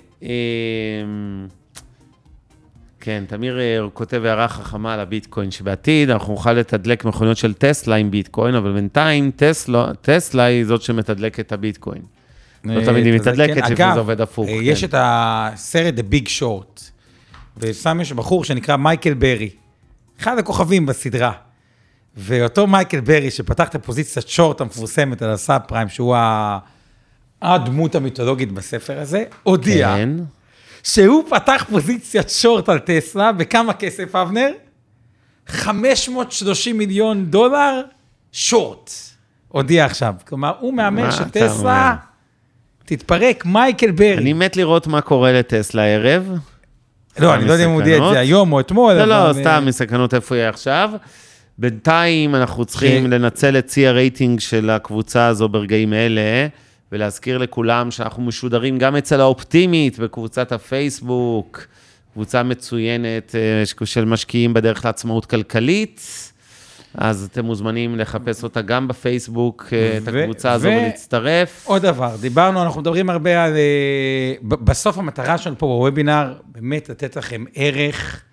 [SPEAKER 3] כן, תמיר כותב הערה חכמה על הביטקוין, שבעתיד אנחנו נוכל לתדלק מכוניות של טסלה עם ביטקוין, אבל בינתיים טסלה, טסלה היא זאת שמתדלקת את הביטקוין. לא תמיד היא מתדלקת, לפני זה עובד הפוך.
[SPEAKER 4] יש את הסרט The Big Short, ושם יש בחור שנקרא מייקל ברי, אחד הכוכבים בסדרה, ואותו מייקל ברי שפתח את הפוזיציית שורט המפורסמת על הסאב פריים, שהוא הדמות המיתולוגית בספר הזה, הודיע. כן. שהוא פתח פוזיציית שורט על טסלה, בכמה כסף, אבנר? חמש מאות ושלושים מיליון דולר שורט. הודיע עכשיו. כלומר, הוא מאמר שטסלה תתפרק, מייקל ברי.
[SPEAKER 3] אני מת לראות מה קורה לטסלה הערב.
[SPEAKER 4] לא, אני לא יודע אם הוא הודיע את זה היום או אתמול.
[SPEAKER 3] לא, לא, סתם מסכנות איפה יהיה עכשיו. בינתיים אנחנו צריכים לנצל את צי הרייטינג של הקבוצה הזו ברגעים אלה, ולהזכיר לכולם שאנחנו משודרים גם אצל האופטימית, בקבוצת הפייסבוק, קבוצה מצוינת של משקיעים בדרך לעצמאות כלכלית, אז אתם מוזמנים לחפש אותה גם בפייסבוק, את הקבוצה הזו ולהצטרף.
[SPEAKER 4] עוד דבר, דיברנו, אנחנו מדברים הרבה על, בסוף המטרה שלנו פה בוובינר, באמת לתת לכם ערך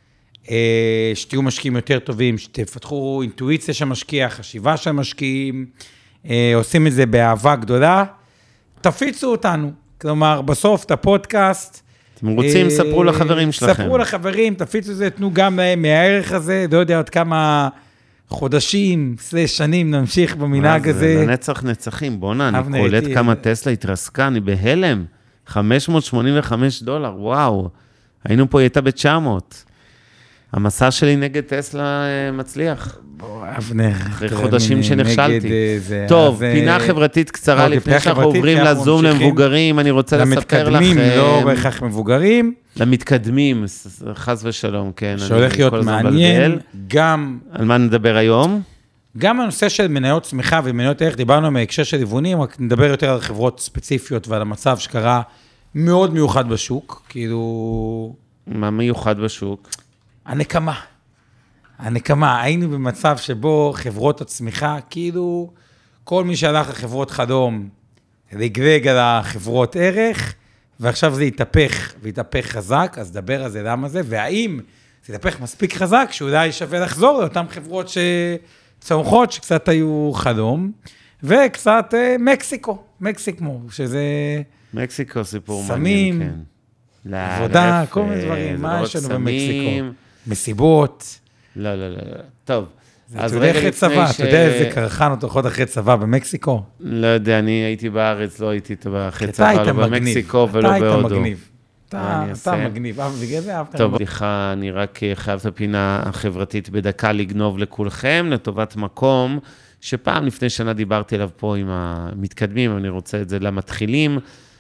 [SPEAKER 4] שתהיו משקיעים יותר טובים, שתפתחו אינטואיציה של משקיע, חשיבה של משקיעים, עושים את זה באהבה גדולה, תפיצו אותנו. כלומר, בסוף, את הפודקאסט,
[SPEAKER 3] אתם רוצים, ספרו לחברים שלכם.
[SPEAKER 4] ספרו לחברים, תפיצו את זה, תנו גם להם מהערך הזה, לא יודע עוד כמה חודשים, שנים, נמשיך במנהג הזה.
[SPEAKER 3] זה לנצח נצחים, בונה, אני קולט כמה טסלה התרסקה, אני בהלם, חמש מאות שמונים וחמישה דולר, וואו, היינו פה, היא הייתה ב-תשע מאות. המסע שלי נגד טסלה מצליח.
[SPEAKER 4] אבנר.
[SPEAKER 3] אחרי חודשים שנכשלתי. טוב, פינה חברתית קצרה, לפני שאנחנו עוברים לזום למבוגרים, אני רוצה לספר לכם.
[SPEAKER 4] למתקדמים, לא בהכרח מבוגרים.
[SPEAKER 3] למתקדמים, חס ושלום, כן.
[SPEAKER 4] שהולך להיות מעניין, גם...
[SPEAKER 3] על מה נדבר היום?
[SPEAKER 4] גם הנושא של מניות צמיחה ומניות ערך, דיברנו מהקשר של היוונים, רק נדבר יותר על חברות ספציפיות ועל המצב שקרה מאוד מיוחד בשוק, כאילו...
[SPEAKER 3] מה מיוחד בשוק?
[SPEAKER 4] הנקמה. הנקמה, היינו במצב שבו חברות הצמיחה, כאילו, כל מי שהלך לחברות חלום, רגרג על החברות ערך, ועכשיו זה יתהפך, ויתהפך חזק, אז דבר על זה, למה זה, והאם זה יתהפך מספיק חזק, שאולי שווה לחזור לאותן חברות שצומחות, שקצת היו חלום, וקצת מקסיקו, מקסיקו, שזה...
[SPEAKER 3] מקסיקו סיפור
[SPEAKER 4] מעניין, כן. סמים, עבודה, כל מיני דברים, מה יש לנו במקסיקו? מסיבות.
[SPEAKER 3] לא, לא, לא. טוב.
[SPEAKER 4] אז רגע לפני צבא, ש... אתה יודע איזה קרחן אותו חוד אחרי צבא במקסיקו?
[SPEAKER 3] לא יודע, אני הייתי בארץ, לא הייתי אחרי צבא, לא במקסיקו ולא בהודו.
[SPEAKER 4] אתה היית מגניב. אתה מגניב, בגלל זה אהבת.
[SPEAKER 3] טוב, סליחה, אני רק חייב את הפינה החברתית בדקה לגנוב לכולכם, לטובת מקום, שפעם לפני שנה דיברתי עליו פה עם המתקדמים, אני רוצה את זה למתחילים,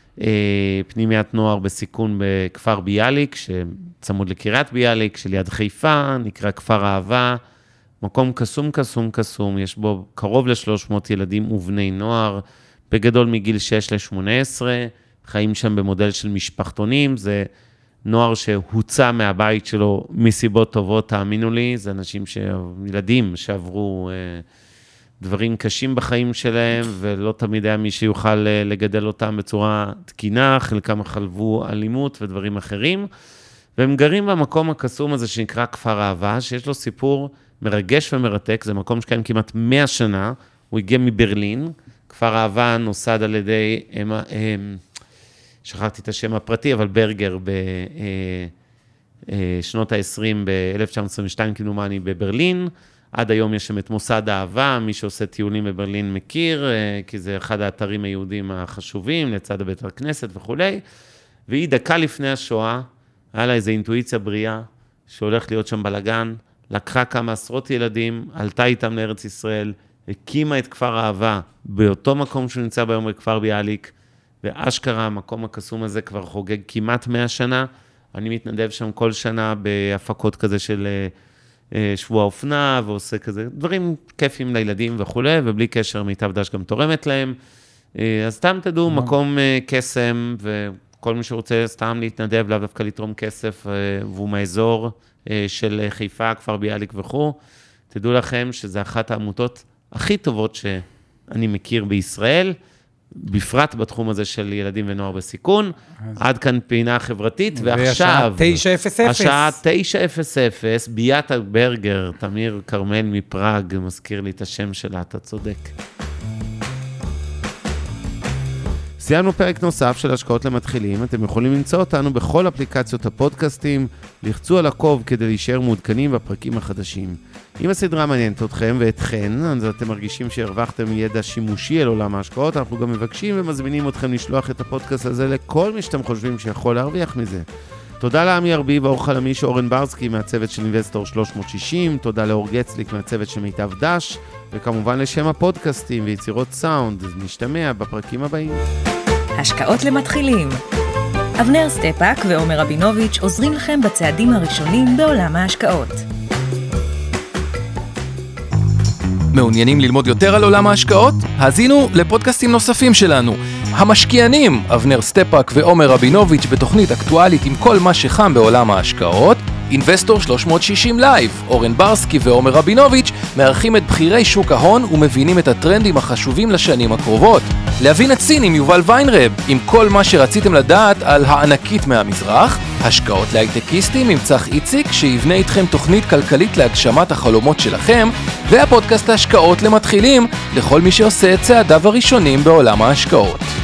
[SPEAKER 3] פנימיית נוער בסיכון בכפר ביאליק, שצמוד לקריית ביאליק, שליד חיפה, נקרא כפר אהבה, מקום קסום, קסום, קסום, יש בו קרוב ל-שלוש מאות ילדים ובני נוער, בגדול מגיל שש לשמונה עשרה, חיים שם במודל של משפחתונים, זה נוער שהוצא מהבית שלו מסיבות טובות, תאמינו לי, זה אנשים, ש... ילדים שעברו דברים קשים בחיים שלהם, ולא תמיד היה מי שיוכל לגדל אותם בצורה תקינה, חלקם חלבו אלימות ודברים אחרים, והם גרים במקום הקסום הזה שנקרא כפר אהבה, שיש לו סיפור מרגש ומרתק, זה מקום שקיים כמעט מאה שנה, הוא הגיע מברלין, כפר אהבה נוסד על ידי, שכחתי את השם הפרטי, אבל ברגר בשנות ה-עשרים, ב-אלף תשע מאות עשרים ושתיים, כמדומני, בברלין, עד היום יש שם את מוסד האהבה, מי שעושה טיולים בברלין מכיר, כי זה אחד האתרים היהודים החשובים, לצד בית הכנסת וכו'. והיא דקה לפני השואה, היה לה איזו אינטואיציה בריאה, שהולך להיות שם בלגן, לקחה כמה עשרות ילדים, עלתה איתם לארץ ישראל, הקימה את כפר האהבה, באותו מקום שהוא נמצא ביום בכפר ביאליק, ואשכרה המקום הקסום הזה כבר חוגג כמעט מאה שנה, אני מתנדב שם כל שנה בהפקות כזה של שבוע אופנה, ועושה כזה דברים כיפים לילדים וכו', ובלי קשר מיטב דש גם תורמת להם, אז סתם תדעו, מקום קסם, וכל מי שרוצה סתם להתנדב, לאו דווקא לתרום כסף, והוא מהאזור של חיפה, כפר ביאליק וכו', תדעו לכם שזה אחת העמותות הכי טובות שאני מכיר בישראל, בפרט בתחום הזה של ילדים ונוער בסיכון, עד כאן פינה חברתית, ועכשיו,
[SPEAKER 4] תשע אפס אפס.
[SPEAKER 3] השעה תשע אפס אפס, ביאטה ברגר, תמיר קרמל מפראג, מזכיר לי את השם שלה, אתה צודק. סיימנו פרק נוסף של השקעות למתחילים, אתם יכולים למצוא אותנו בכל אפליקציות הפודקאסטים, לחצו על עקוב כדי להישאר מעודכנים בפרקים החדשים. אם הסדרה מעניינת אתכם ואתכן, אז אתם מרגישים שהרווחתם ידע שימושי על עולם ההשקעות, אנחנו גם מבקשים ומזמינים אתכם לשלוח את הפודקאסט הזה לכל מי שאתם חושבים שיכול להרוויח מזה. תודה לעמי ארבי ואור חלמיש אורן ברסקי מהצוות של אינבסטור שלוש מאות שישים, תודה לאור גצליק מהצוות של מיטב דש, וכמובן לשם הפודקאסטים ויצירות סאונד, נשתמע בפרקים הבאים.
[SPEAKER 2] השקעות למתחילים. אבנר סטפאק ועומר רבינוביץ' עוזרים לכם בצעדים הראשונים בעולם ההשקעות.
[SPEAKER 1] מעוניינים ללמוד יותר על עולם ההשקעות? האזינו לפודקאסטים נוספים שלנו. המשקיענים, אבנר סטפאק ועומר רבינוביץ' בתוכנית אקטואלית עם כל מה שחם בעולם ההשקעות. אינבסטור שלוש מאות שישים לייב, אורן ברסקי ועומר רבינוביץ' מארחים את בחירי שוק ההון ומבינים את הטרנדים החשובים לשנים הקרובות. להבין את סין עם יובל ויינרב, עם כל מה שרציתם לדעת על הענקית מהמזרח, השקעות להייטקיסטים עם צח איציק, שיבנה איתכם תוכנית כלכלית להגשמת החלומות שלכם, והפודקאסט ההשקעות למתחילים, לכל מי שעושה את צעדיו הראשונים בעולם ההשקעות.